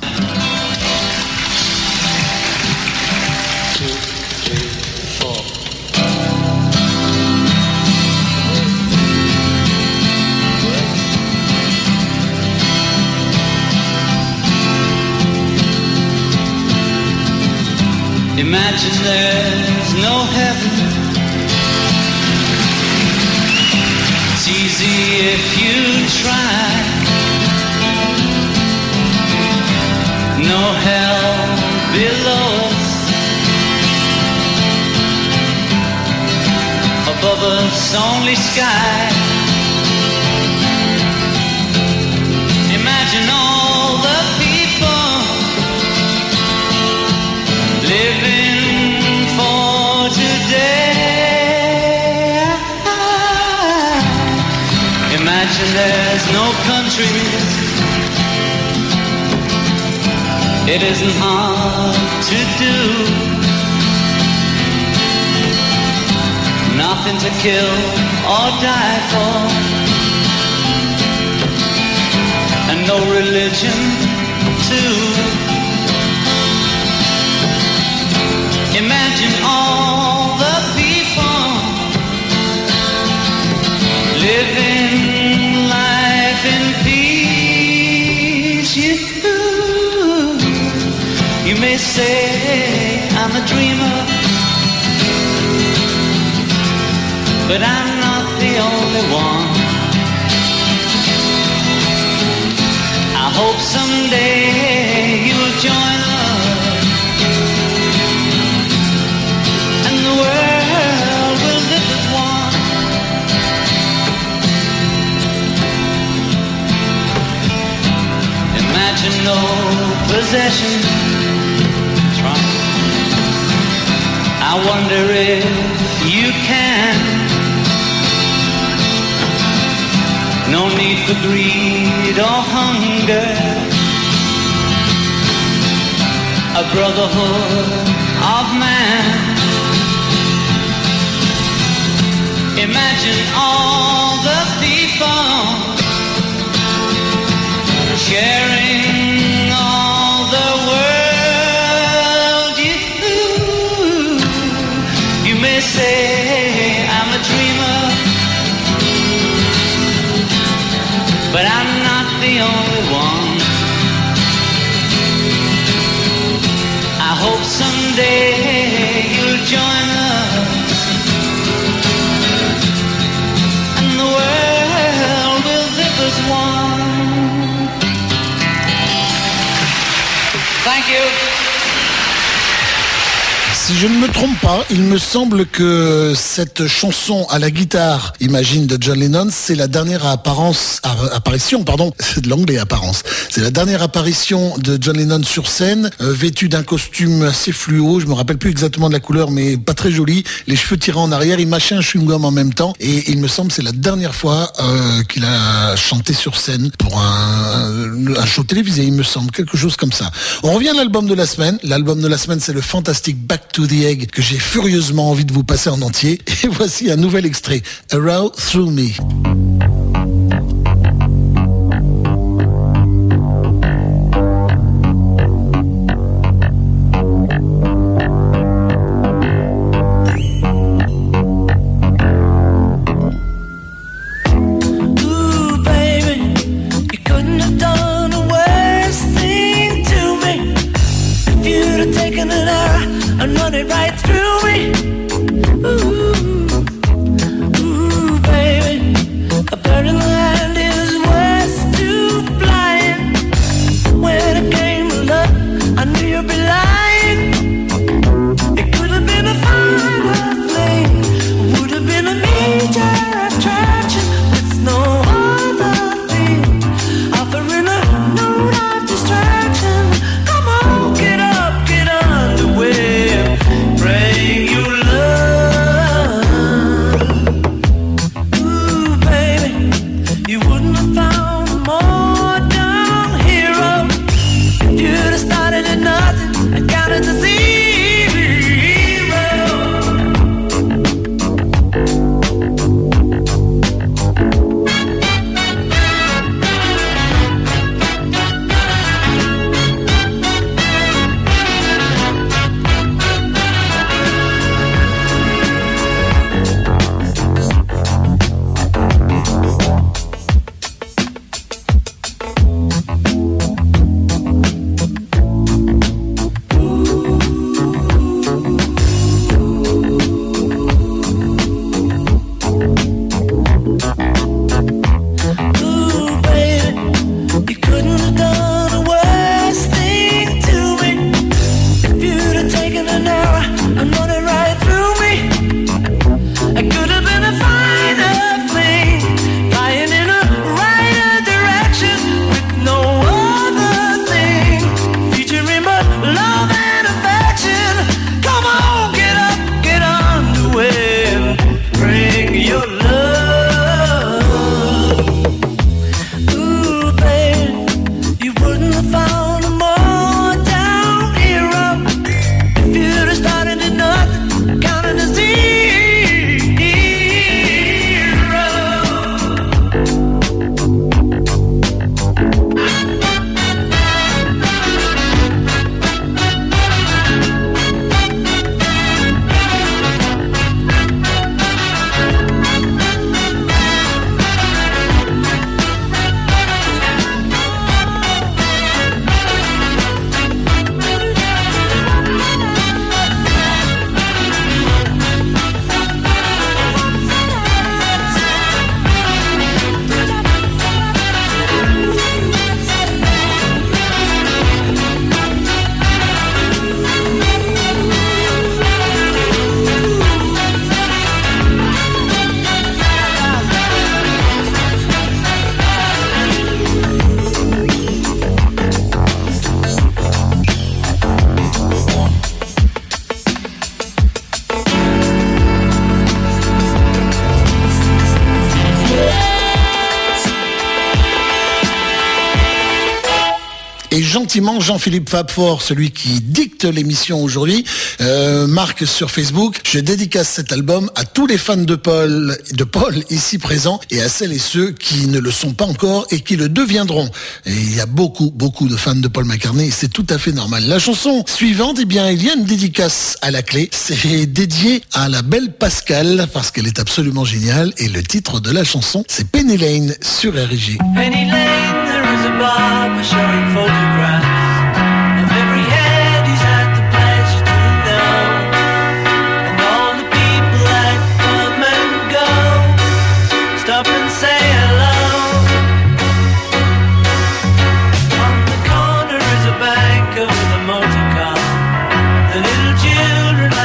Imagine there's no heaven. It's easy if you try. No hell below us. Above us only sky. Imagine all the people living for today. Imagine there's no countries. It isn't hard to do. Nothing to kill or die for. And no religion too. Imagine all the people living life in peace. You may say I'm a dreamer, but I'm not the only one. I hope someday you'll join us, and the world will live as one. Imagine no possession. Try. I wonder if you can. No need for greed or hunger. A brotherhood of man. Imagine all the people sharing all the world. You may say I'm a dreamer, but I'm not the only one. I hope someday you'll join us, and the world will live as one. Thank you. Si je ne me trompe pas, il me semble que cette chanson à la guitare, Imagine de John Lennon, c'est la dernière apparition, c'est de l'anglais apparence. C'est la dernière apparition de John Lennon sur scène, vêtu d'un costume assez fluo, je me rappelle plus exactement de la couleur, mais pas très joli, les cheveux tirés en arrière, il mâchait un chewing-gum en même temps, et il me semble que c'est la dernière fois qu'il a chanté sur scène pour un show télévisé, il me semble, quelque chose comme ça. On revient à l'album de la semaine. L'album de la semaine, c'est le fantastique Back to the Egg que j'ai furieusement envie de vous passer en entier. Et voici un nouvel extrait, Around Through Me. And run it right through me. Ooh, ooh, baby. A bird in the hand is worth to flying. When it came to love, I knew you'd be lying. It could have been a finer flame, would have been a major attraction with no other thing, offering a note of distraction. Come on, get up, get underway. Bring your love. Ooh, baby, you wouldn't have found a more down hero if you'd have started at nothing and counted to zero. Et gentiment, Jean-Philippe Fabfort, celui qui dicte l'émission aujourd'hui, marque sur Facebook: je dédicace cet album à tous les fans de Paul ici présents et à celles et ceux qui ne le sont pas encore et qui le deviendront. Et il y a beaucoup de fans de Paul McCartney et c'est tout à fait normal. La chanson suivante, eh bien, il y a une dédicace à la clé. C'est dédié à la belle Pascale parce qu'elle est absolument géniale et le titre de la chanson, c'est Penny Lane sur RJ. Penny Lane, there is a barber showing photographs of every head he's had the pleasure to know, and all the people that come and go stop and say hello. On the corner is a banker with a motor car. The little children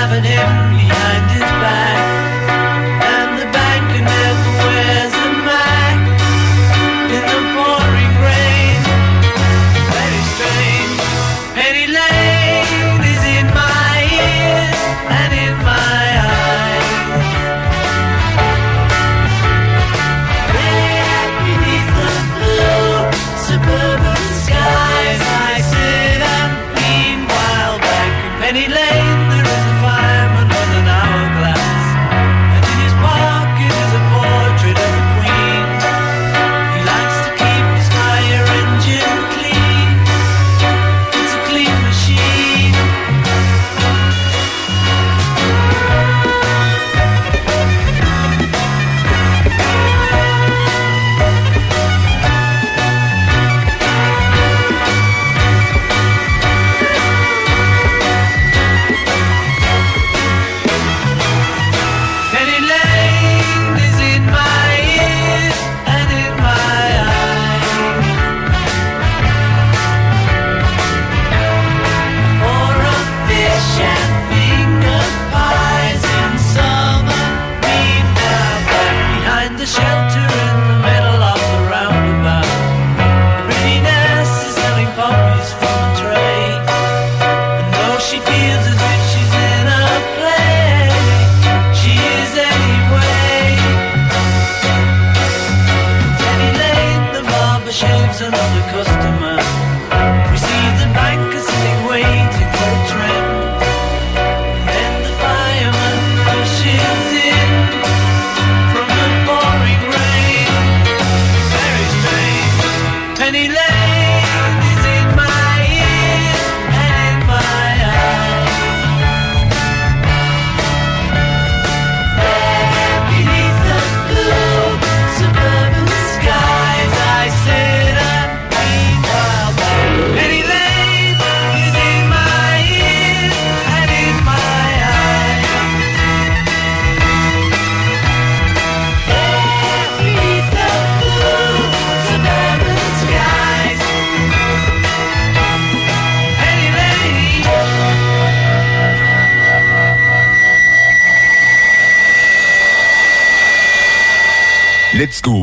Let's go.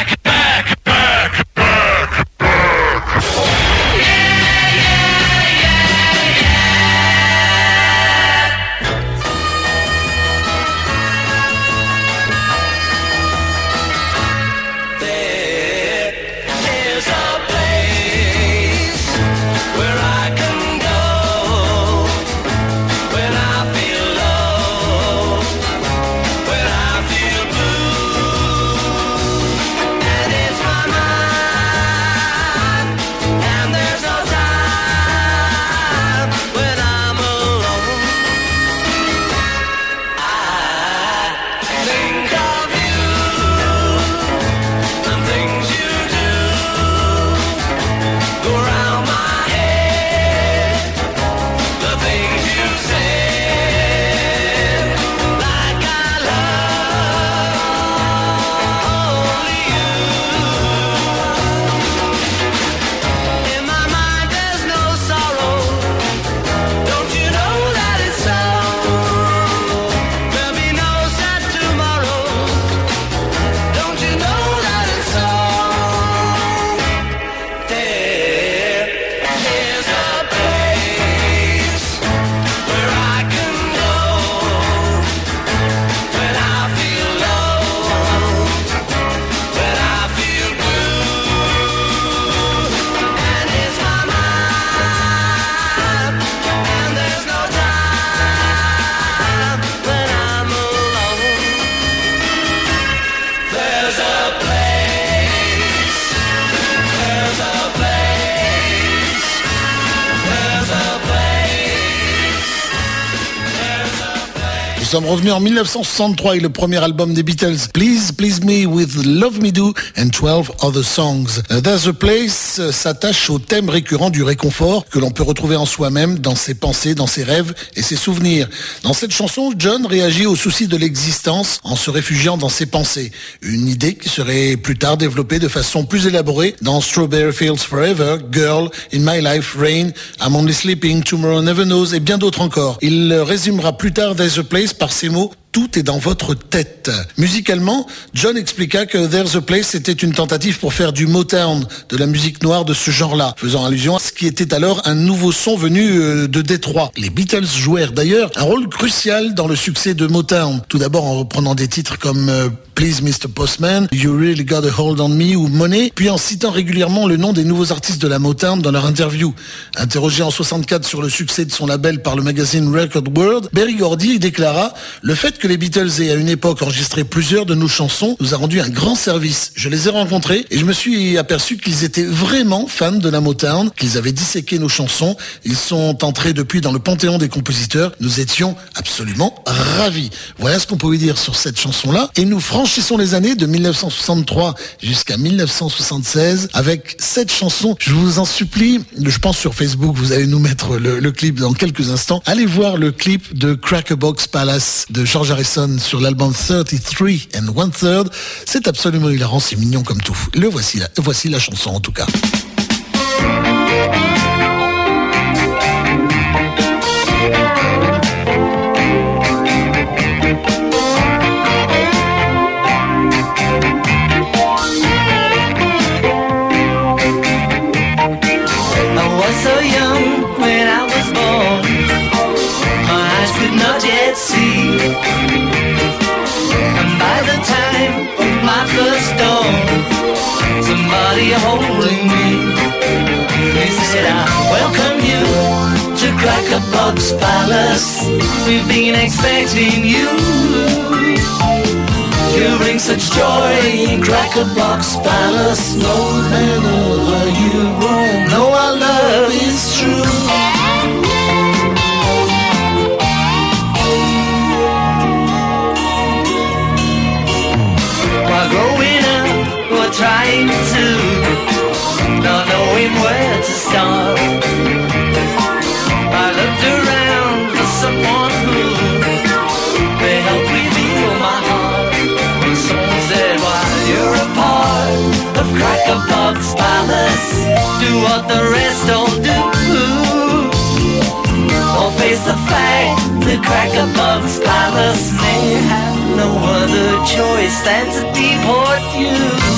Nous sommes revenus en 1963 avec le premier album des Beatles, Please Please Me with Love Me Do and 12 Other Songs. There's a Place s'attache au thème récurrent du réconfort que l'on peut retrouver en soi-même, dans ses pensées, dans ses rêves et ses souvenirs. Dans cette chanson, John réagit au souci de l'existence en se réfugiant dans ses pensées. Une idée qui serait plus tard développée de façon plus élaborée dans Strawberry Fields Forever, Girl, In My Life, Rain, I'm Only Sleeping, Tomorrow Never Knows et bien d'autres encore. Il résumera plus tard There's a Place par ces mots: tout est dans votre tête. Musicalement, John expliqua que There's a Place était une tentative pour faire du Motown, de la musique noire de ce genre-là, faisant allusion à ce qui était alors un nouveau son venu de Détroit. Les Beatles jouèrent d'ailleurs un rôle crucial dans le succès de Motown, tout d'abord en reprenant des titres comme Please Mr. Postman, You Really Got a Hold on Me ou Money, puis en citant régulièrement le nom des nouveaux artistes de la Motown dans leur interview. Interrogé en 64 sur le succès de son label par le magazine Record World, Berry Gordy déclara: le fait que les Beatles aient à une époque enregistré plusieurs de nos chansons nous a rendu un grand service. Je les ai rencontrés et je me suis aperçu qu'ils étaient vraiment fans de la Motown, qu'ils avaient disséqué nos chansons. Ils sont entrés depuis dans le panthéon des compositeurs. Nous étions absolument ravis. Voilà ce qu'on pouvait dire sur cette chanson-là. Et nous franchissons les années de 1963 jusqu'à 1976 avec cette chanson. Je vous en supplie, je pense sur Facebook, vous allez nous mettre le clip dans quelques instants. Allez voir le clip de Crackerbox Palace de George Harrison sur l'album 33 and 1/3. C'est absolument hilarant, c'est mignon comme tout. Voici la chanson en tout cas. Somebody holding me. They said, I welcome you to Crackerbox Palace. We've been expecting you. You bring such joy in Crackerbox Palace. No matter where you roam, no, our love is true. While growing up, we're trying to, not knowing where to start. I looked around for someone who may help reveal my heart. Someone said, while you're a part of Crackerbox Palace, do what the rest all do. Or face the fact that Crackerbox Palace may have no one other choice than to deport you.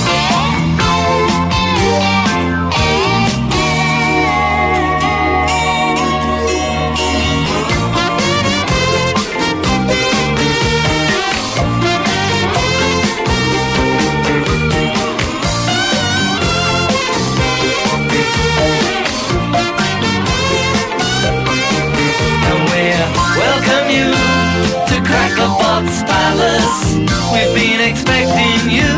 Welcome you to Cracker Box Palace. We've been expecting you.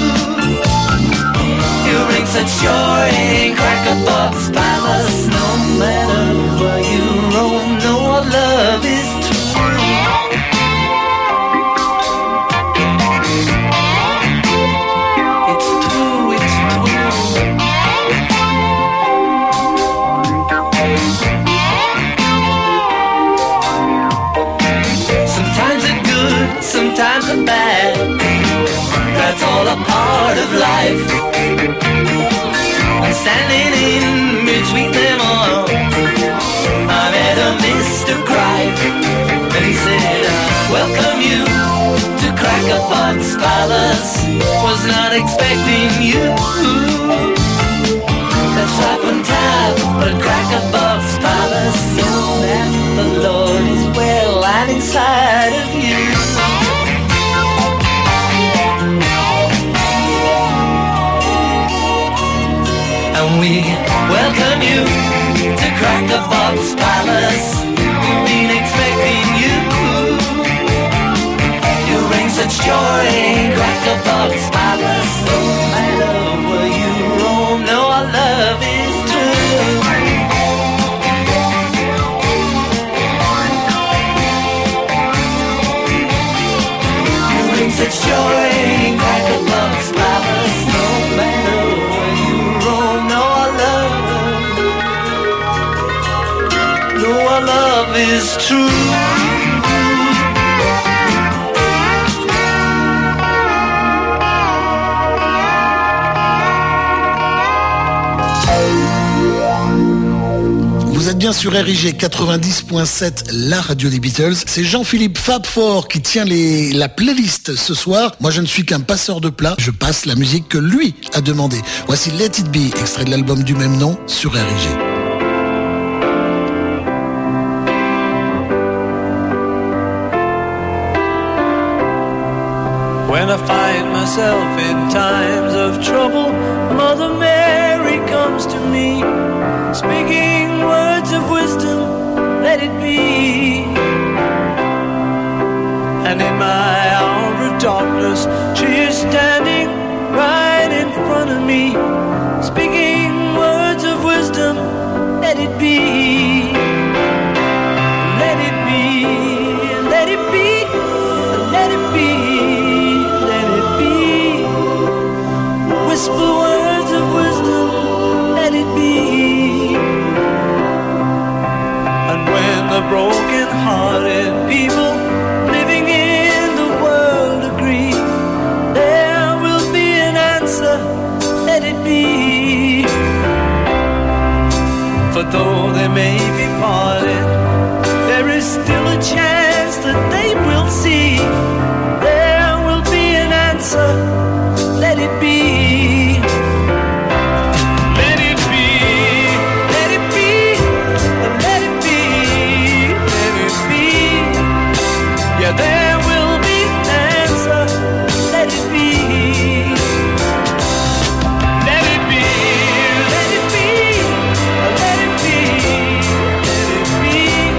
You bring such joy in Cracker Box Palace. No matter where you roam, no, our love is true. It's true, it's true. Sometimes they're bad. That's all a part of life. I'm standing in between them all. I met a Mr. Cripe, and he said, I welcome you to Cracker Box Palace. Was not expecting you. That's right on top, but Cracker Box Palace. So that the Lord is well and inside of you. And we welcome you to Cracker Box Palace. We've been expecting you. You bring such joy in Cracker Box Palace. No matter where you roam, no, our love is true. You bring such joy in Cracker Box Palace. No matter where you roam, no, our love is true. Vous êtes bien sur RIG 90.7, la radio des Beatles. C'est Jean-Philippe Fab4 qui tient la playlist ce soir. Moi, je ne suis qu'un passeur de plats. Je passe la musique que lui a demandé. Voici Let It Be, extrait de l'album du même nom sur RIG. When I find myself in times of trouble, Mother Mary comes to me, speaking words of wisdom, let it be. And in my hour of darkness, she is standing right in front of me, speaking words of wisdom, let it be. Let it be, let it be, let it be. Whisper words of wisdom, let it be. And when the broken-hearted people living in the world agree, there will be an answer, let it be. For though they may be parted, there is still a chance that they will see. There will be an answer, let it be. There will be an answer, let it be. Let it be, let it be, let it be, let it be.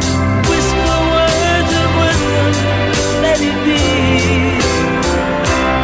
Whisper words of wisdom, let it be.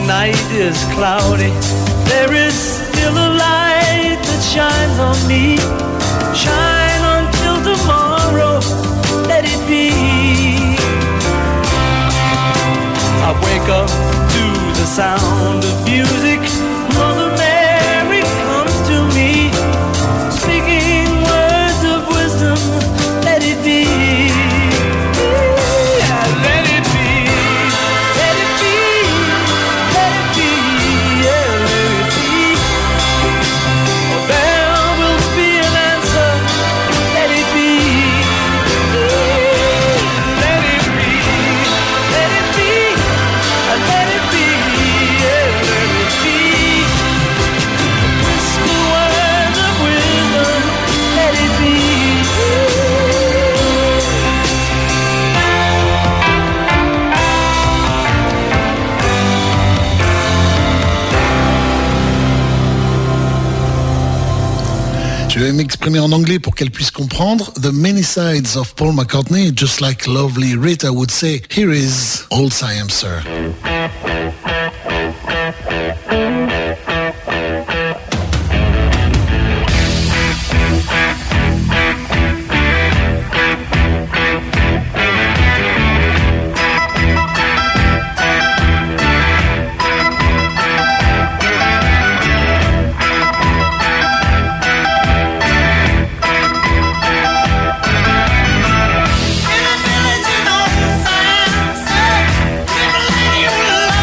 night is cloudy, there is still a light that shines on me. Shine until tomorrow, let it be. I wake up to the sound of music. Mother Mary comes to me, speaking words of wisdom, let it be. Je vais m'exprimer en anglais pour qu'elle puisse comprendre. The many sides of Paul McCartney, just like lovely Rita would say, here is Old Siam Sir. In a village in old Siam, sir, lived a lady who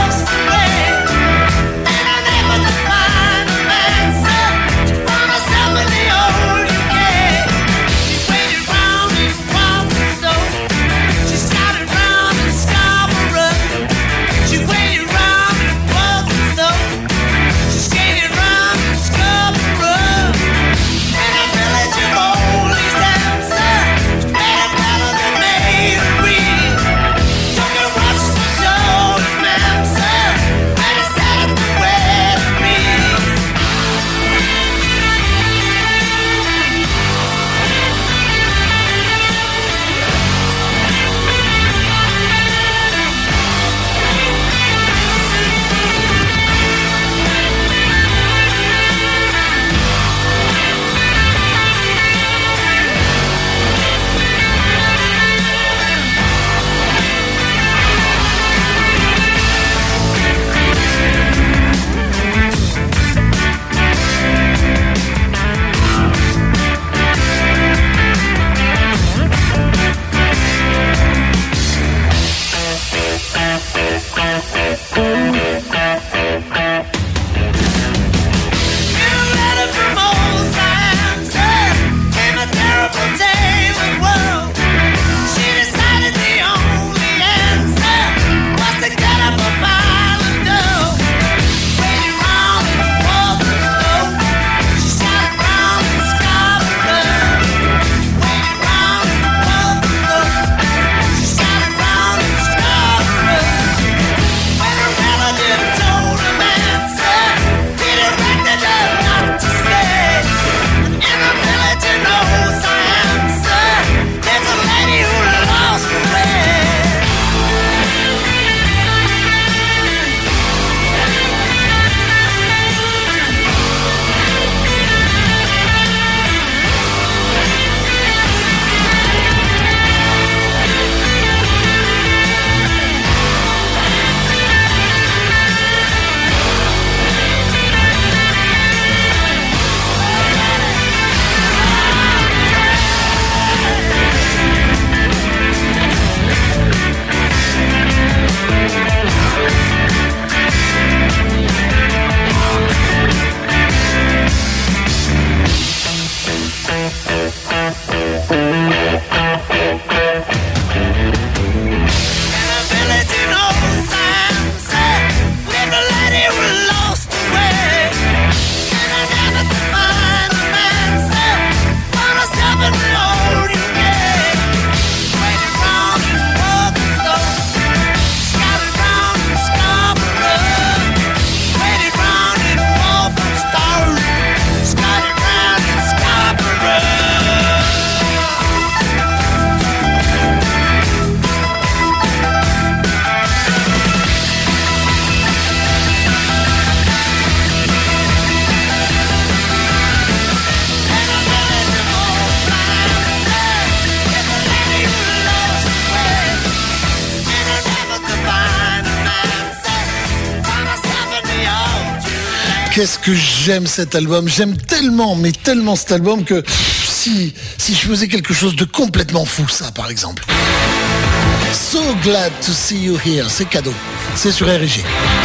Qu'est-ce que j'aime cet album. J'aime tellement, mais tellement cet album que si je faisais quelque chose de complètement fou, ça par exemple. So glad to see you here. C'est cadeau. C'est sur RG.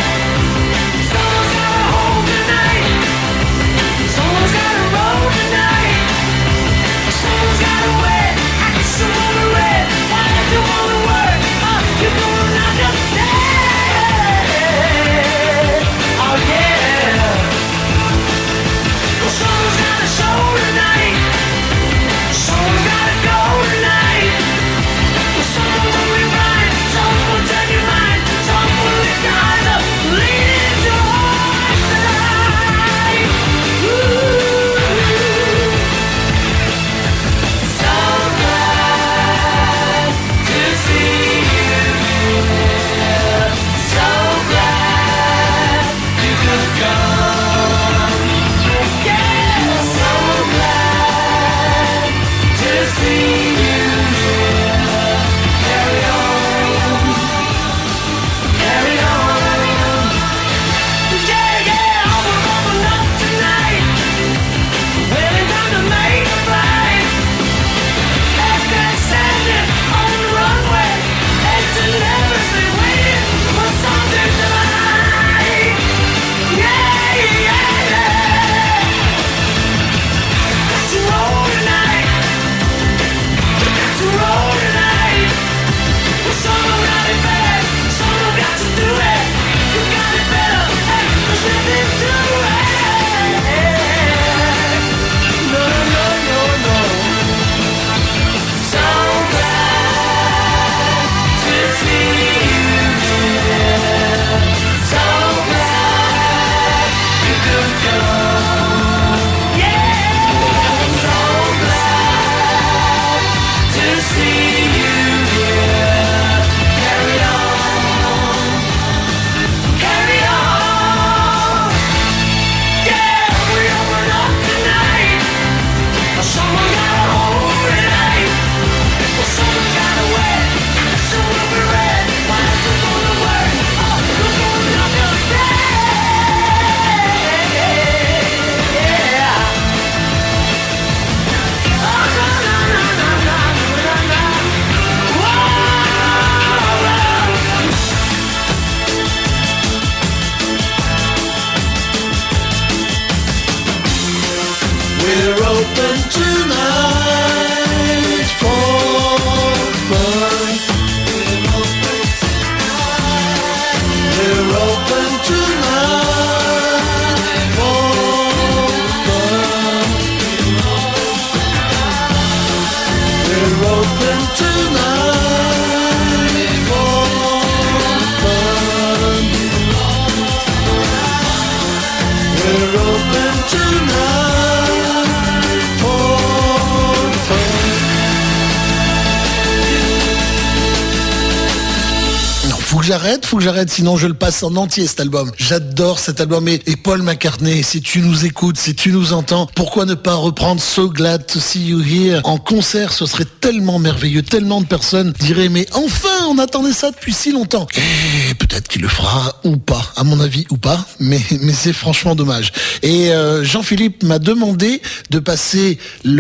Faut que j'arrête, sinon je le passe en entier cet album. J'adore cet album et Paul McCartney, si tu nous écoutes, si tu nous entends, pourquoi ne pas reprendre So Glad to See You Here en concert? Ce serait tellement merveilleux, tellement de personnes diraient mais enfin on attendait ça depuis si longtemps. Et peut-être qu'il le fera ou pas, à mon avis ou pas, mais c'est franchement dommage. Et Jean-Philippe m'a demandé de passer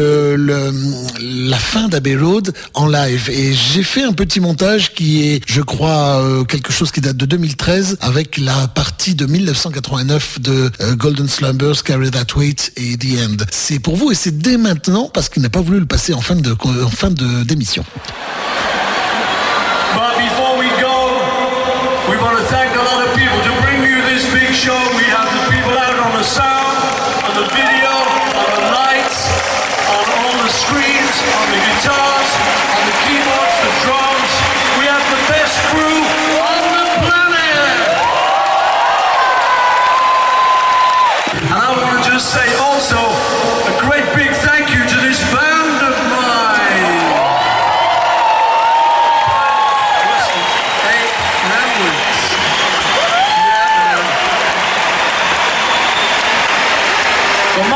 la fin d'Abbey Road en live et j'ai fait un petit montage qui est, je crois, quelque chose qui date de 2013 avec la partie de 1989 de Golden Slumbers, Carry That Weight et The End. C'est pour vous et c'est dès maintenant parce qu'il n'a pas voulu le passer en fin d'émission. But before we go, we want to thank a lot of people to bring you this big show. We have the people out on the sound, on the video, on the lights, on all the screens, on the guitars, on the keyboards, the drums. We have the best crew on the planet. And I want to just say also a great big thank you to this band of mine. From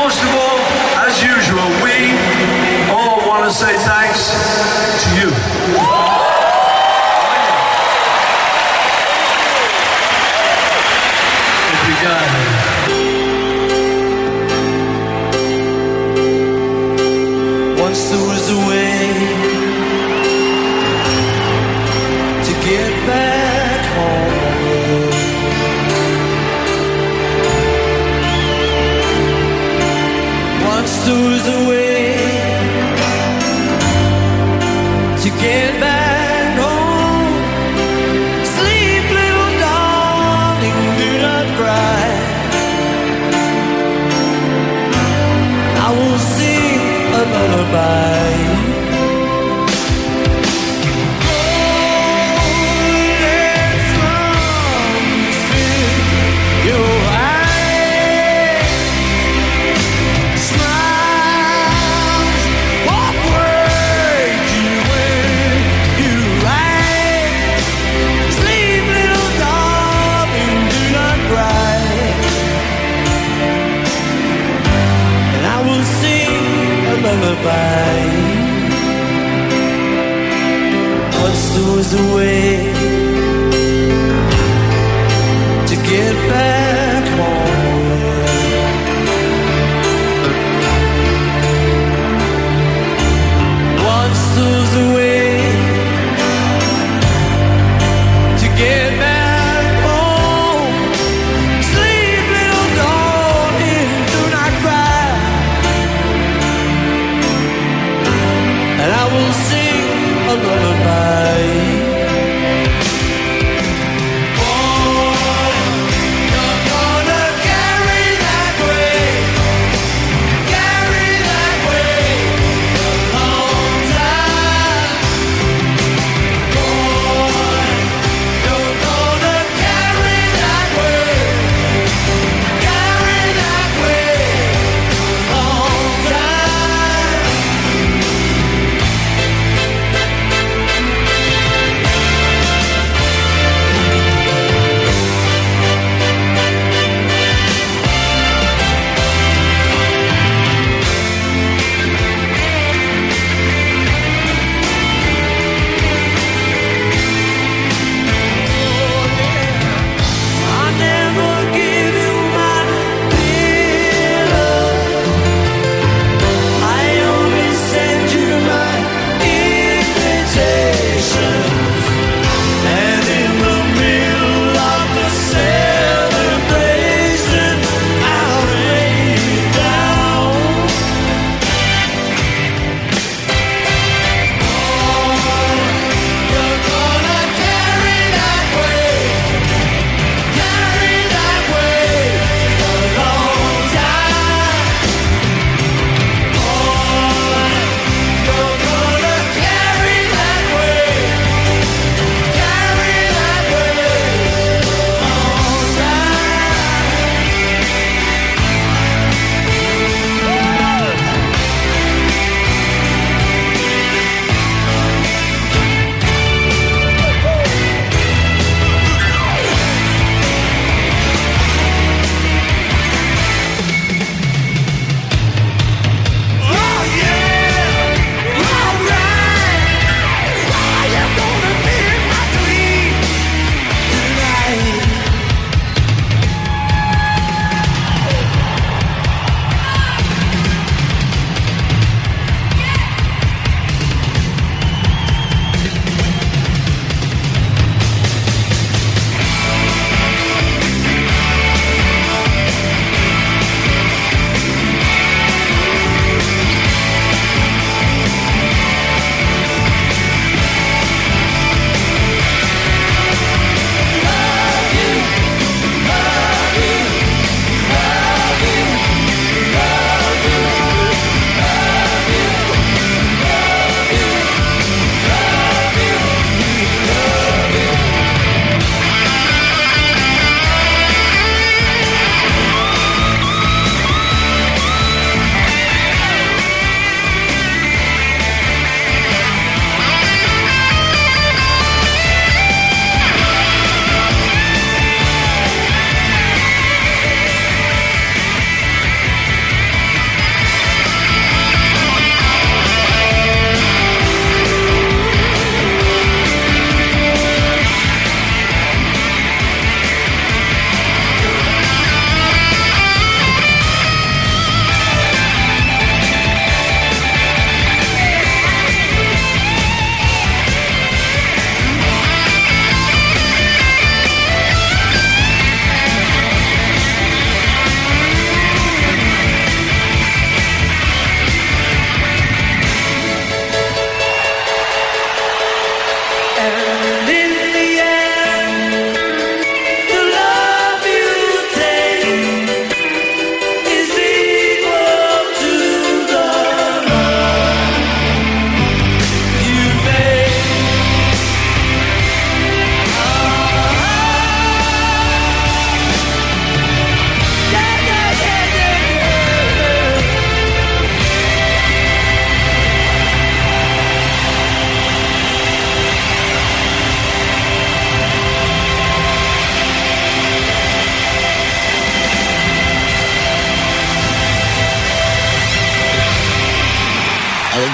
get back home. Sleep, little darling, do not cry. I will sing a lullaby. Lullaby. One stow's away to get back home. One stow's away to get back home. Sleep, little darling, do not cry. And I will sing a lullaby.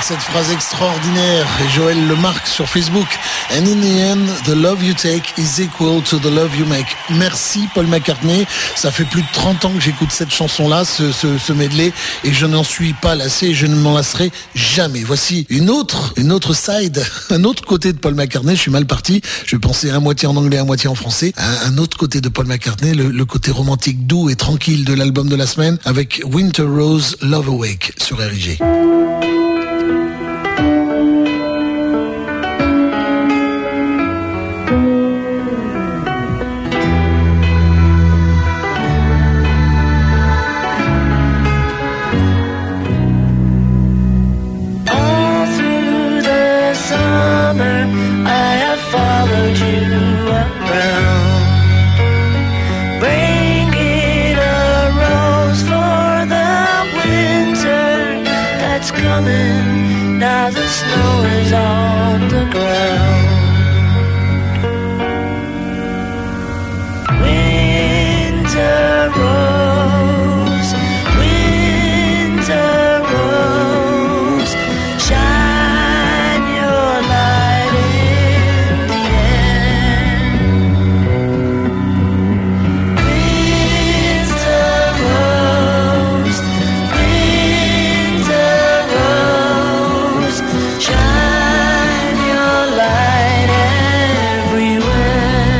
cette phrase extraordinaire et Joël le marque sur Facebook. And in the end, the love you take is equal to the love you make. Merci Paul McCartney. Ça fait plus de 30 ans que j'écoute cette chanson-là, ce medley, et je n'en suis pas lassé et je ne m'en lasserai jamais. Voici une autre side, un autre côté de Paul McCartney. Je suis mal parti. Je vais penser à moitié en anglais, à moitié en français. Un autre côté de Paul McCartney, le côté romantique, doux et tranquille de l'album de la semaine avec Winter Rose, Love Awake sur RIG. Now the snow is on the ground. Winter rose, winter rose, shine your light in the end. Winter rose, winter rose, shine your light everywhere.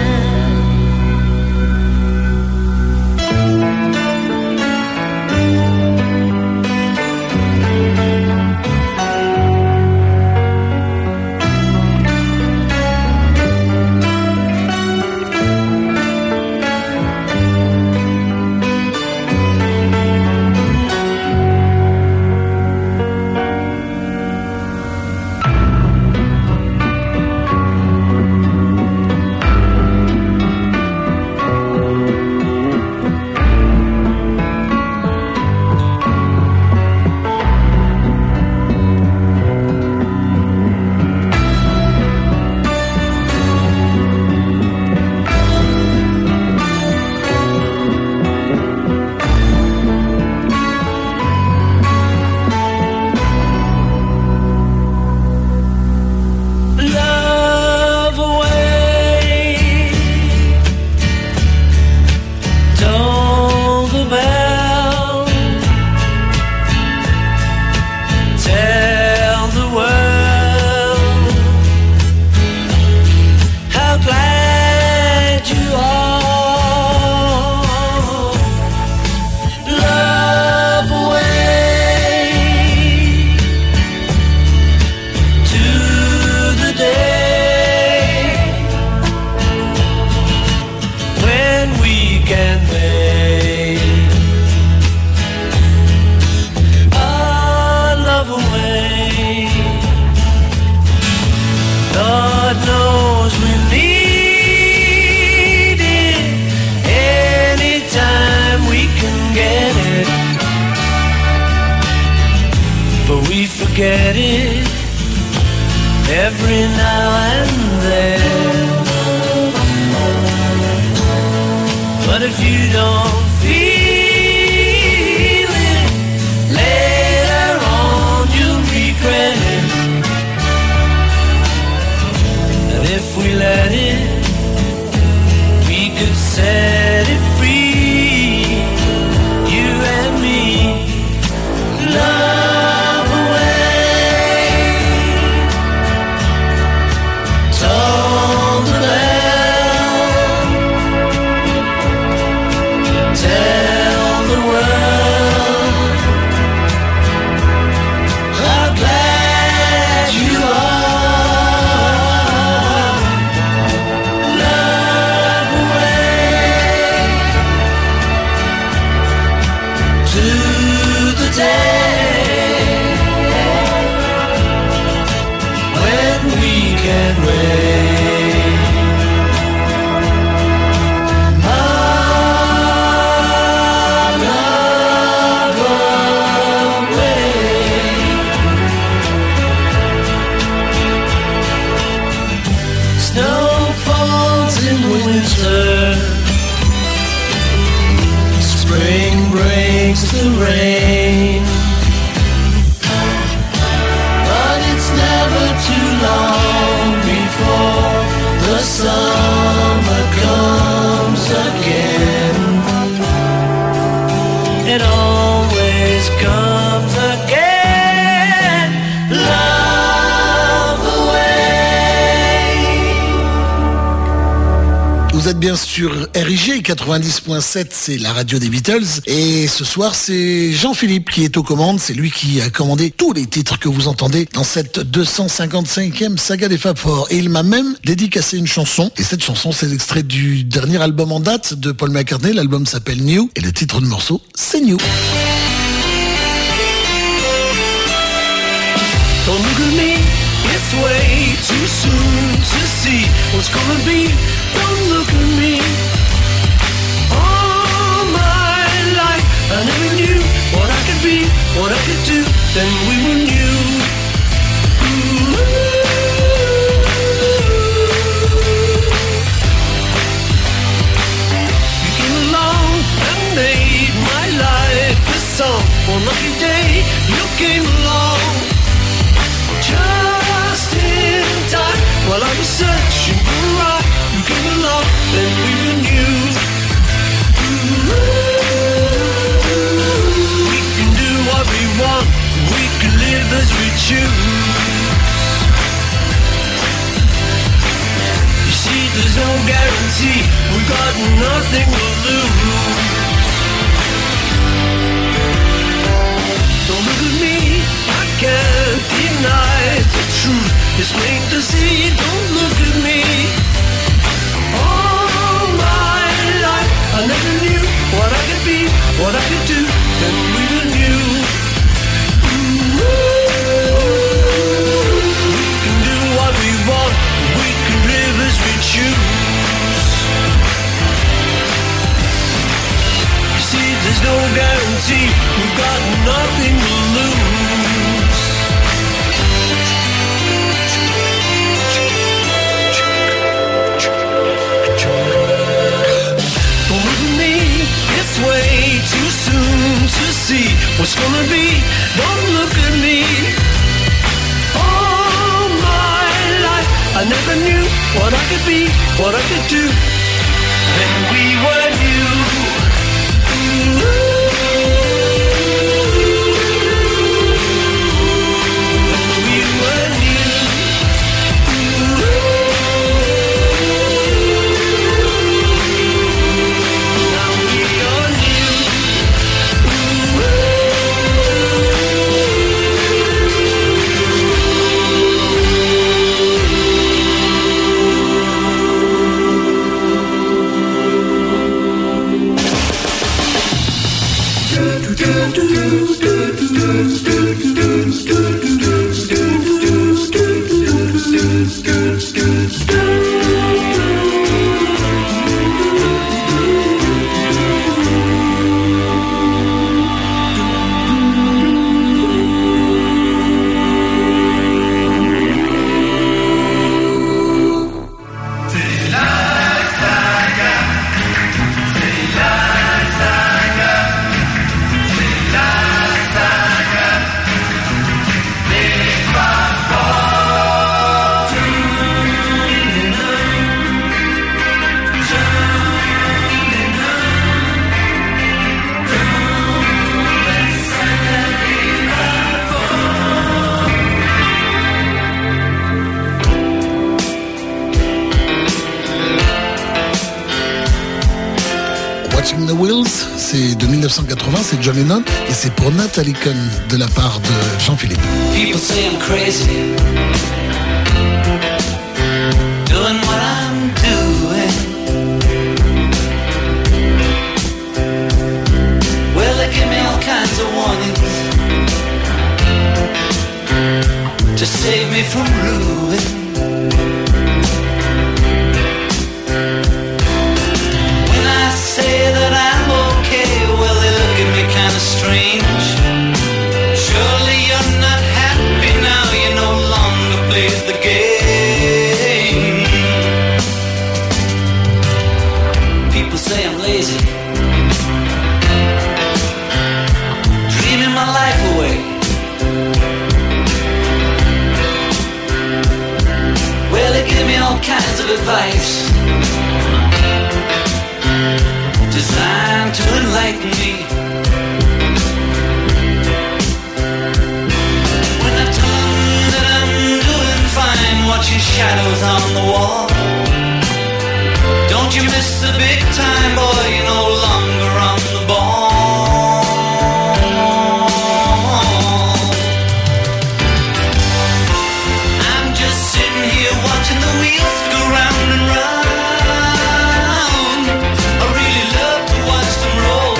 Love away, toll the bell, tell the world how glad you are. Love away to the day when we can make our love away. Lord knows we need it anytime we can get it, but we forget it every now and then. But if you don't feel it, later on you'll regret it. And if we let it, we could set it free, you and me. Love away, toll the bell, tell the world how glad you are. Love away to the day when we can wait. Our love away. Snow falls in winter, spring brings the rain. Vous êtes bien sur RIG 90.7, c'est la radio des Beatles. Et ce soir, c'est Jean-Philippe qui est aux commandes. C'est lui qui a commandé tous les titres que vous entendez dans cette 255e saga des Fab Four. Et il m'a même dédicacé une chanson. Et cette chanson, c'est l'extrait du dernier album en date de Paul McCartney. L'album s'appelle New. Et le titre de morceau, c'est New. Don't look at me, it's way too soon to see what's gonna be. Don't look at me. All my life I never knew what I could be, what I could do. Then we were new. Ooh. You came along and made my life a song. One lucky day you came along. Just in time, while I was searching for a rock, you came along, then we were new. Ooh. We can do what we want, we can live as we choose. You see, there's no guarantee, we've got nothing to lose. Don't look at me, I can't deny the truth. It's plain to see, don't look at me. All my life I never knew what I could be, what I could do, then we were new. Ooh. We can do what we want, we can live as we choose. You see, there's no guarantee, we've got nothing to lose. Don't look at me, it's way too soon to see what's gonna be. Don't look at me. All my life I never knew what I could be, what I could do. Then we were new. Ooh. Watching the Wheels, c'est de 1980, c'est John Lennon et c'est pour Natalie Cohn de la part de Jean-Philippe. People say I'm crazy, doing what I'm doing. Well, they give me all kinds of warnings to save me from ruin. Say that I'm okay, well they look at me kinda strange. Surely you're not happy now, you no longer play the game. People say I'm lazy, dreaming my life away. Well they give me all kinds of advice designed to enlighten me. When I tell them that I'm doing fine, watching shadows on the wall, don't Don't you miss the big time, boy? You're no longer on the ball. I'm just sitting here watching the wheels go round and round. I really love to watch them roll.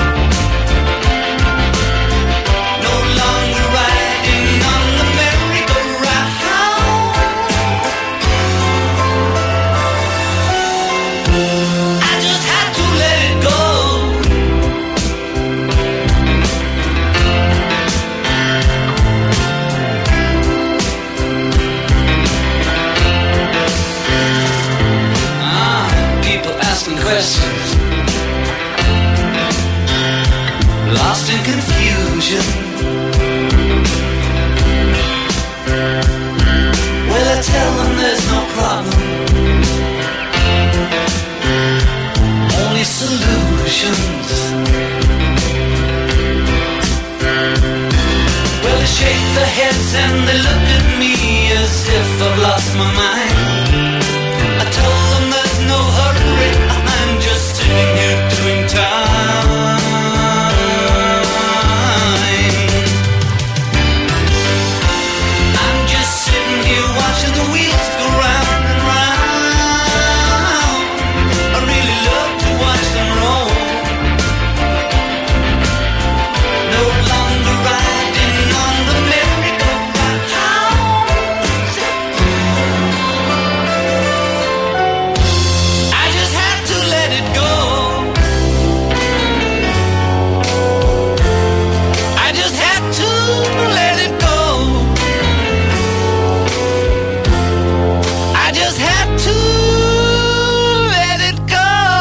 No longer riding on the merry-go-round. I just had to let it go. People asking questions, lost in confusion. Well, I tell them there's no problem, only solutions. Well, they shake their heads and they look at me as if I've lost my mind. I told them there's no hurry, I'm just sitting here doing time. I'm just sitting here watching the wheels go round and round. I really love to watch them roll. No longer riding on the merry-go-round. I just had to let it go. I just had to let it go. I just had to let it go.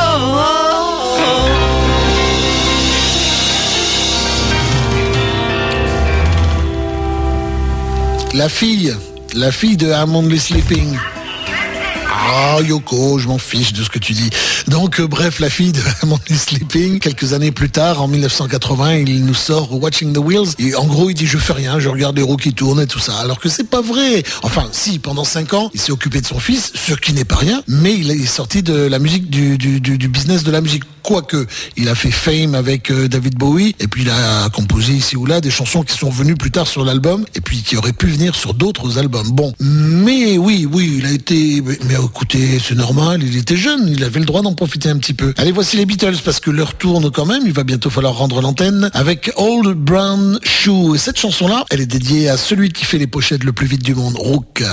La fille de I'm Only Sleeping. Ah, Yoko, je m'en fiche de ce que tu dis. Donc, bref, la fille de I'm Only Sleeping, quelques années plus tard, en 1980, il nous sort Watching the Wheels. Et en gros, il dit, je fais rien, je regarde les roues qui tournent et tout ça. Alors que c'est pas vrai. Enfin, si, pendant 5 ans, il s'est occupé de son fils, ce qui n'est pas rien, mais il est sorti de la musique, du business de la musique. Quoique, il a fait Fame avec David Bowie, et puis il a composé ici ou là des chansons qui sont venues plus tard sur l'album, et puis qui auraient pu venir sur d'autres albums. Bon, mais oui, il a été... Mais écoutez, c'est normal, il était jeune, il avait le droit d'en profiter un petit peu. Allez, voici les Beatles, parce que l'heure tourne quand même, il va bientôt falloir rendre l'antenne, avec Old Brown Shoe. Et cette chanson-là, elle est dédiée à celui qui fait les pochettes le plus vite du monde, Rook.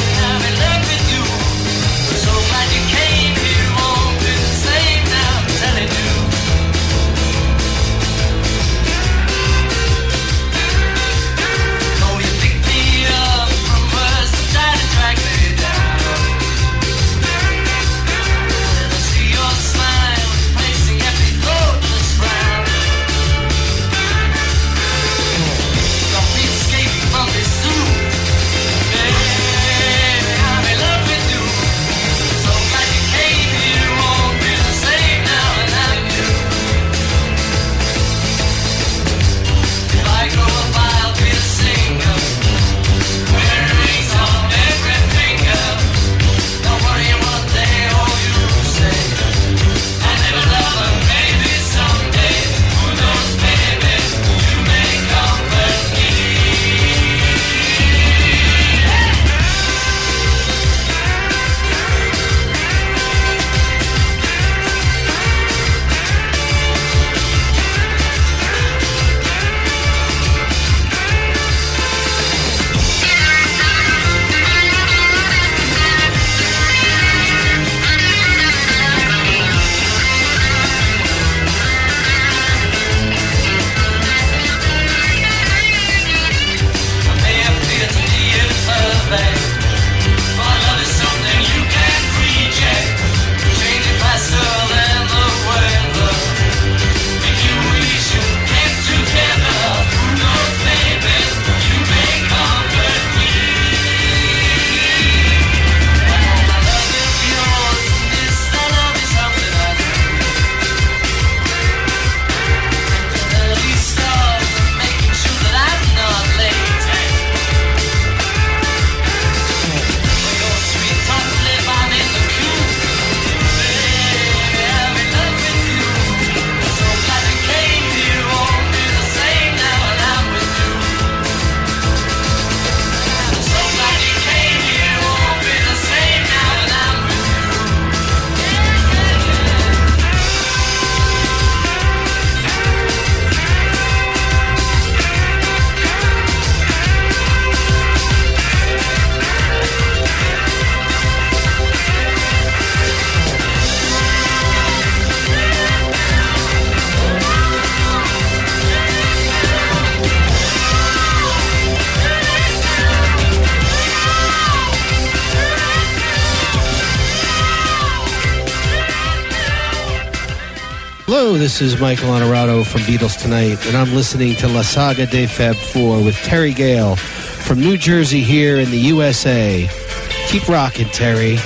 So glad you came here, all been saved now. Tell Hello, this is Michael Honorado from Beatles Tonight, and I'm listening to La Saga de Fab 4 with Terry Gale from New Jersey here in the USA. Keep rocking, Terry.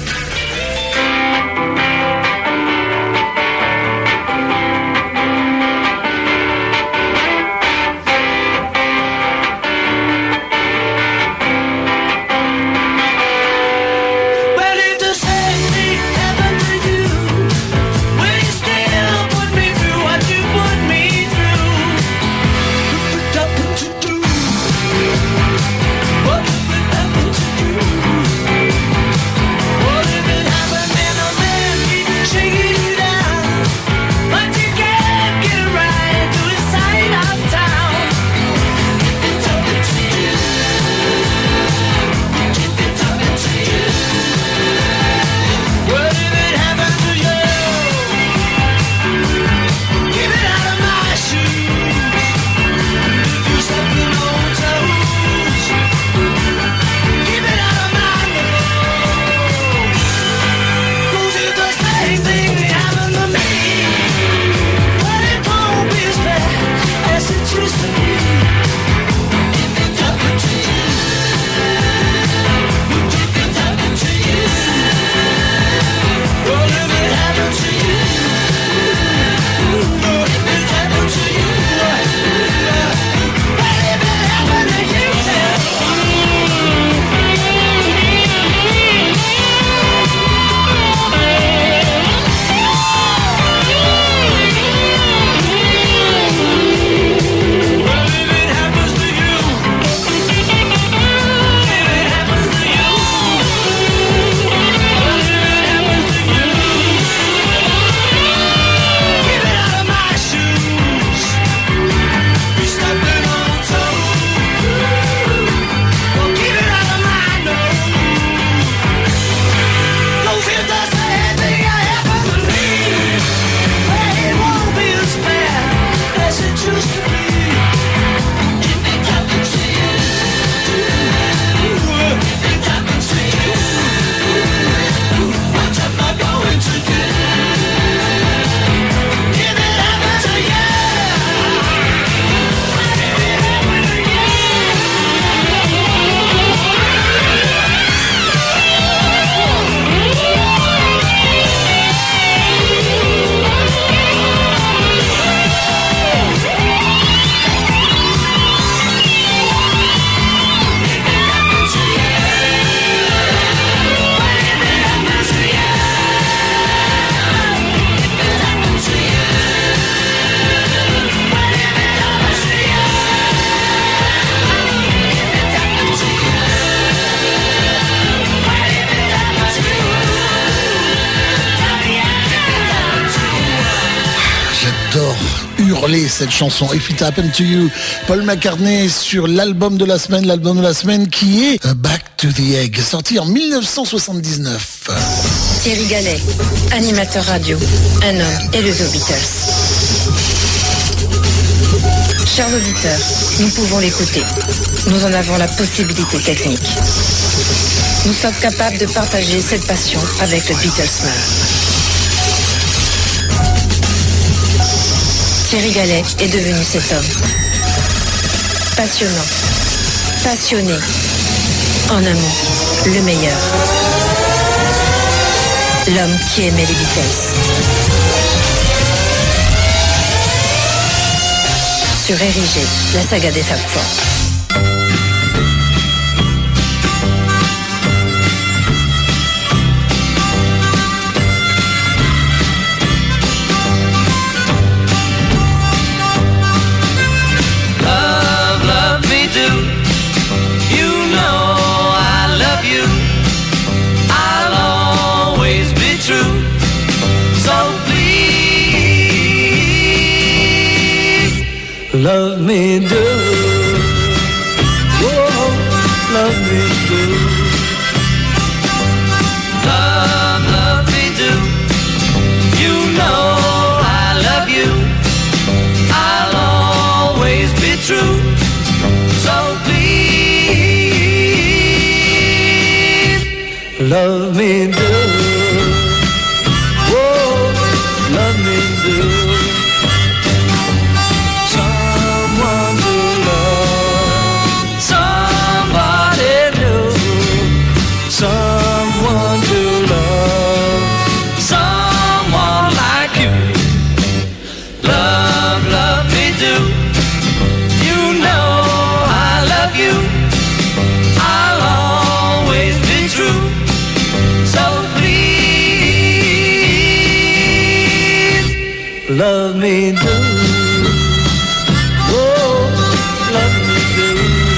Cette chanson If It Happened to You, Paul McCartney sur l'album de la semaine qui est Back to the Egg, sorti en 1979. Thierry Gallet, animateur radio, un homme et le The Beatles. Chers auditeurs, nous pouvons l'écouter. Nous en avons la possibilité technique. Nous sommes capables de partager cette passion avec le Beatlesman. Thierry Gallet est devenu cet homme. Passionnant, passionné, en un mot, le meilleur. L'homme qui aimait les Beatles. Sur Érigé, la saga des Fab Four. Love me do, oh, love me do. Love me do. You know I love you. I'll always be true. So please, love me do, oh, love me do. me do. Oh, love me do.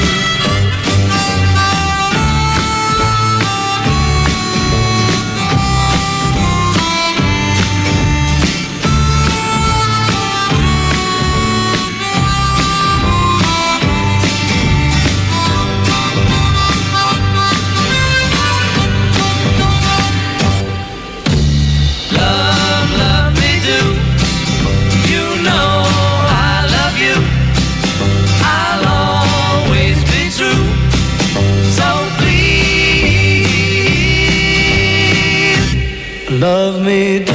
Love me do.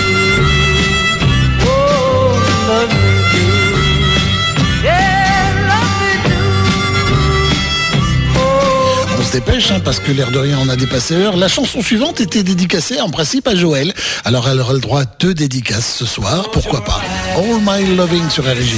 Oh, love me do. Yeah, love me do. Oh. On se dépêche, hein, parce que l'air de rien, on a dépassé l'heure. La chanson suivante était dédicacée en principe à Joël. Alors elle aura le droit à 2 dédicaces ce soir, pourquoi pas. All My Loving sur RG.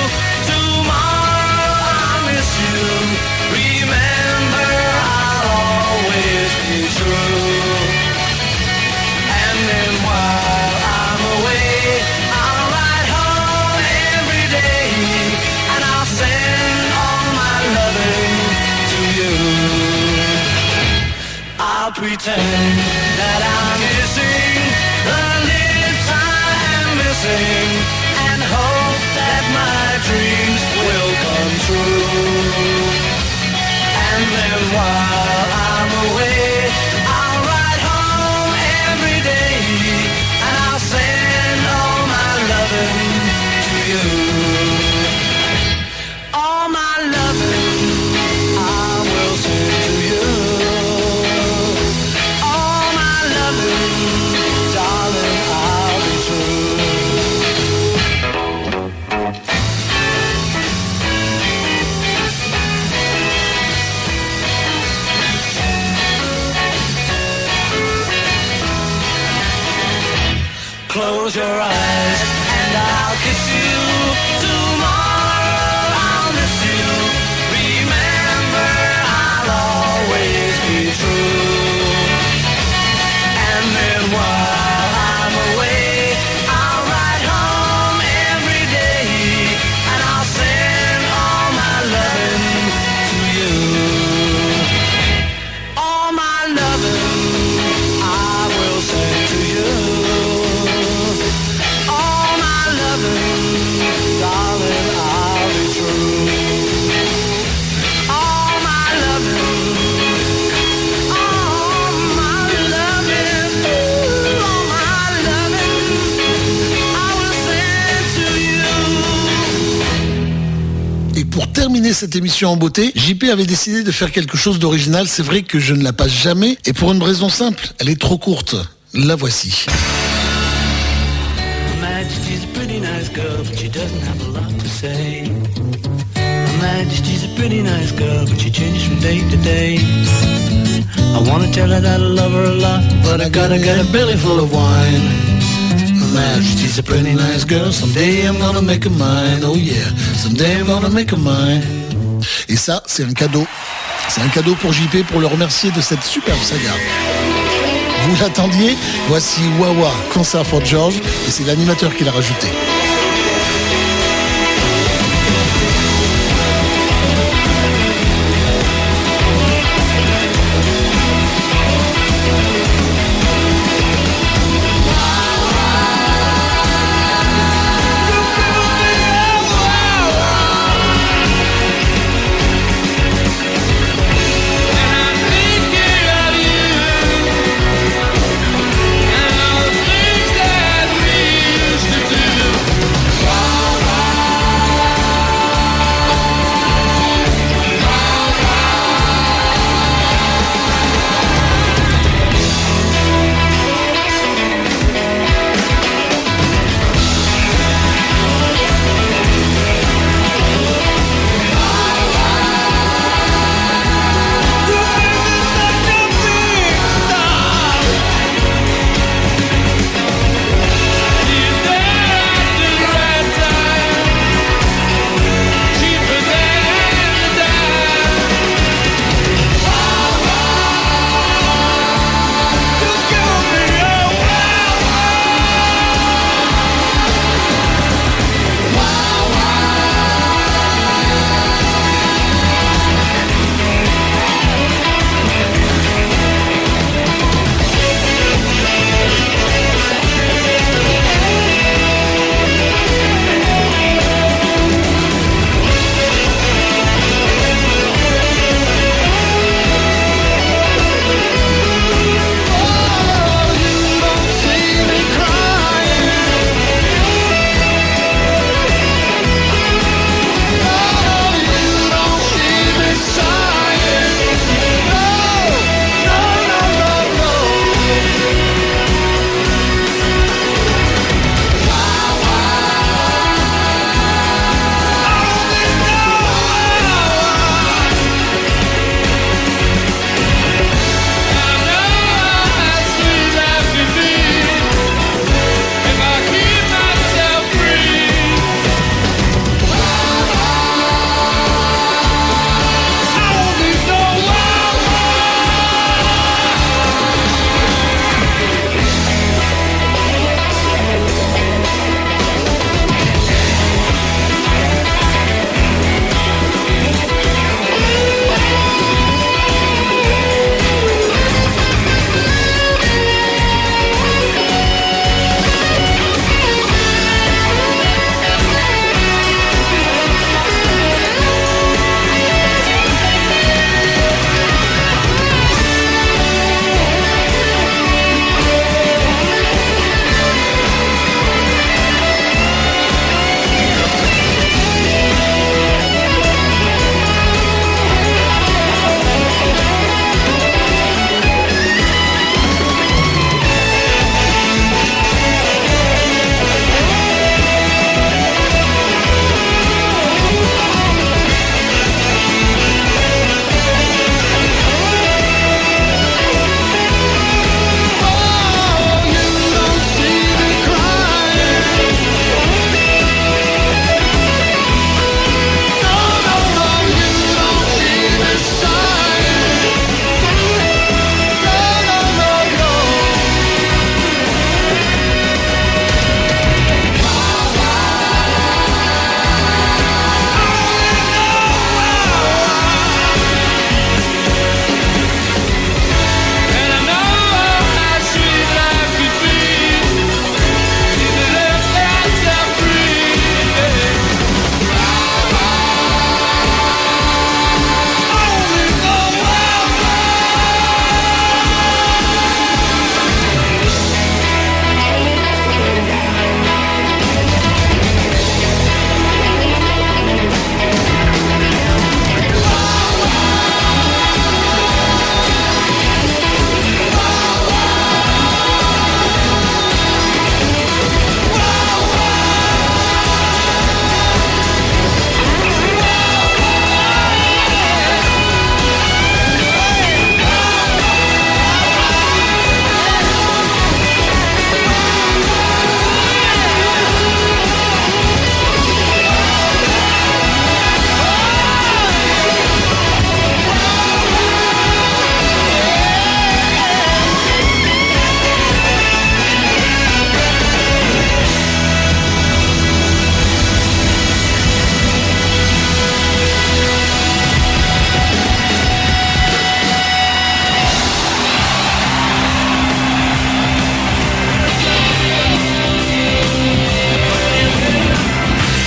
Pretend that I'm missing the lips I am missing, and hope that my dreams will come true. And then while I'm away, I'll ride home every day, and I'll send all my loving to you. All my loving I will send to you. Close your eyes and I'll kiss you. Tomorrow I'll miss you. Remember, I'll always be true. And then while I'm away, I'll ride home every day, and I'll send all my loving to you. All my loving I will send to you. Pour terminer cette émission en beauté, JP avait décidé de faire quelque chose d'original. C'est vrai que je ne la passe jamais, et pour une raison simple, elle est trop courte. La voici. Majesty's a pretty nice girl, but she doesn't have a lot to say. Majesty's a pretty nice girl, but she changes from day to day. I wanna tell her that I love her a lot, but I gotta get a belly full of wine. Majesty's a pretty nice girl, someday I'm gonna make her mine, oh yeah, someday I'm gonna make her mine. Et ça, c'est un cadeau. C'est un cadeau pour JP, pour le remercier de cette superbe saga. Vous l'attendiez? Voici Wawa, Concert for George, et c'est l'animateur qui l'a rajouté.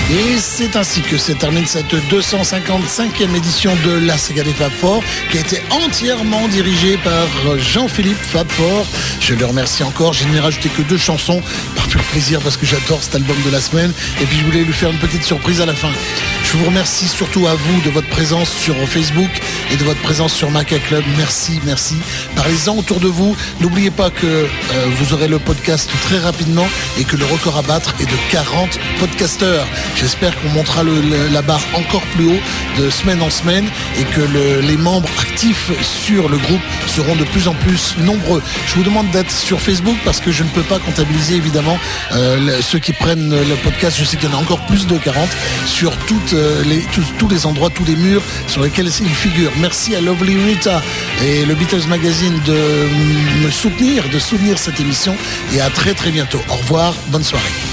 Et c'est ainsi que se termine cette 255e édition de la saga des Fab Four, qui a été entièrement dirigée par Jean-Philippe Fabfort. Je le remercie encore. Je n'ai rajouté que 2 chansons par pur plaisir parce que j'adore cet album de la semaine. Et puis je voulais lui faire une petite surprise à la fin. Je vous remercie surtout à vous de votre présence sur Facebook et de votre présence sur Maca Club. Merci, merci. Parlez-en autour de vous. N'oubliez pas que vous aurez le podcast très rapidement et que le record à battre est de 40 podcasteurs. J'espère qu'on montera la barre encore plus haut de semaine en semaine et que les membres actifs sur le groupe seront de plus en plus nombreux. Je vous demande d'être sur Facebook parce que je ne peux pas comptabiliser évidemment ceux qui prennent le podcast. Je sais qu'il y en a encore plus de 40 sur tous les endroits, tous les murs sur lesquels ils figurent. Merci à Lovely Rita et le Beatles Magazine de me soutenir, de soutenir cette émission et à très très bientôt. Au revoir, bonne soirée.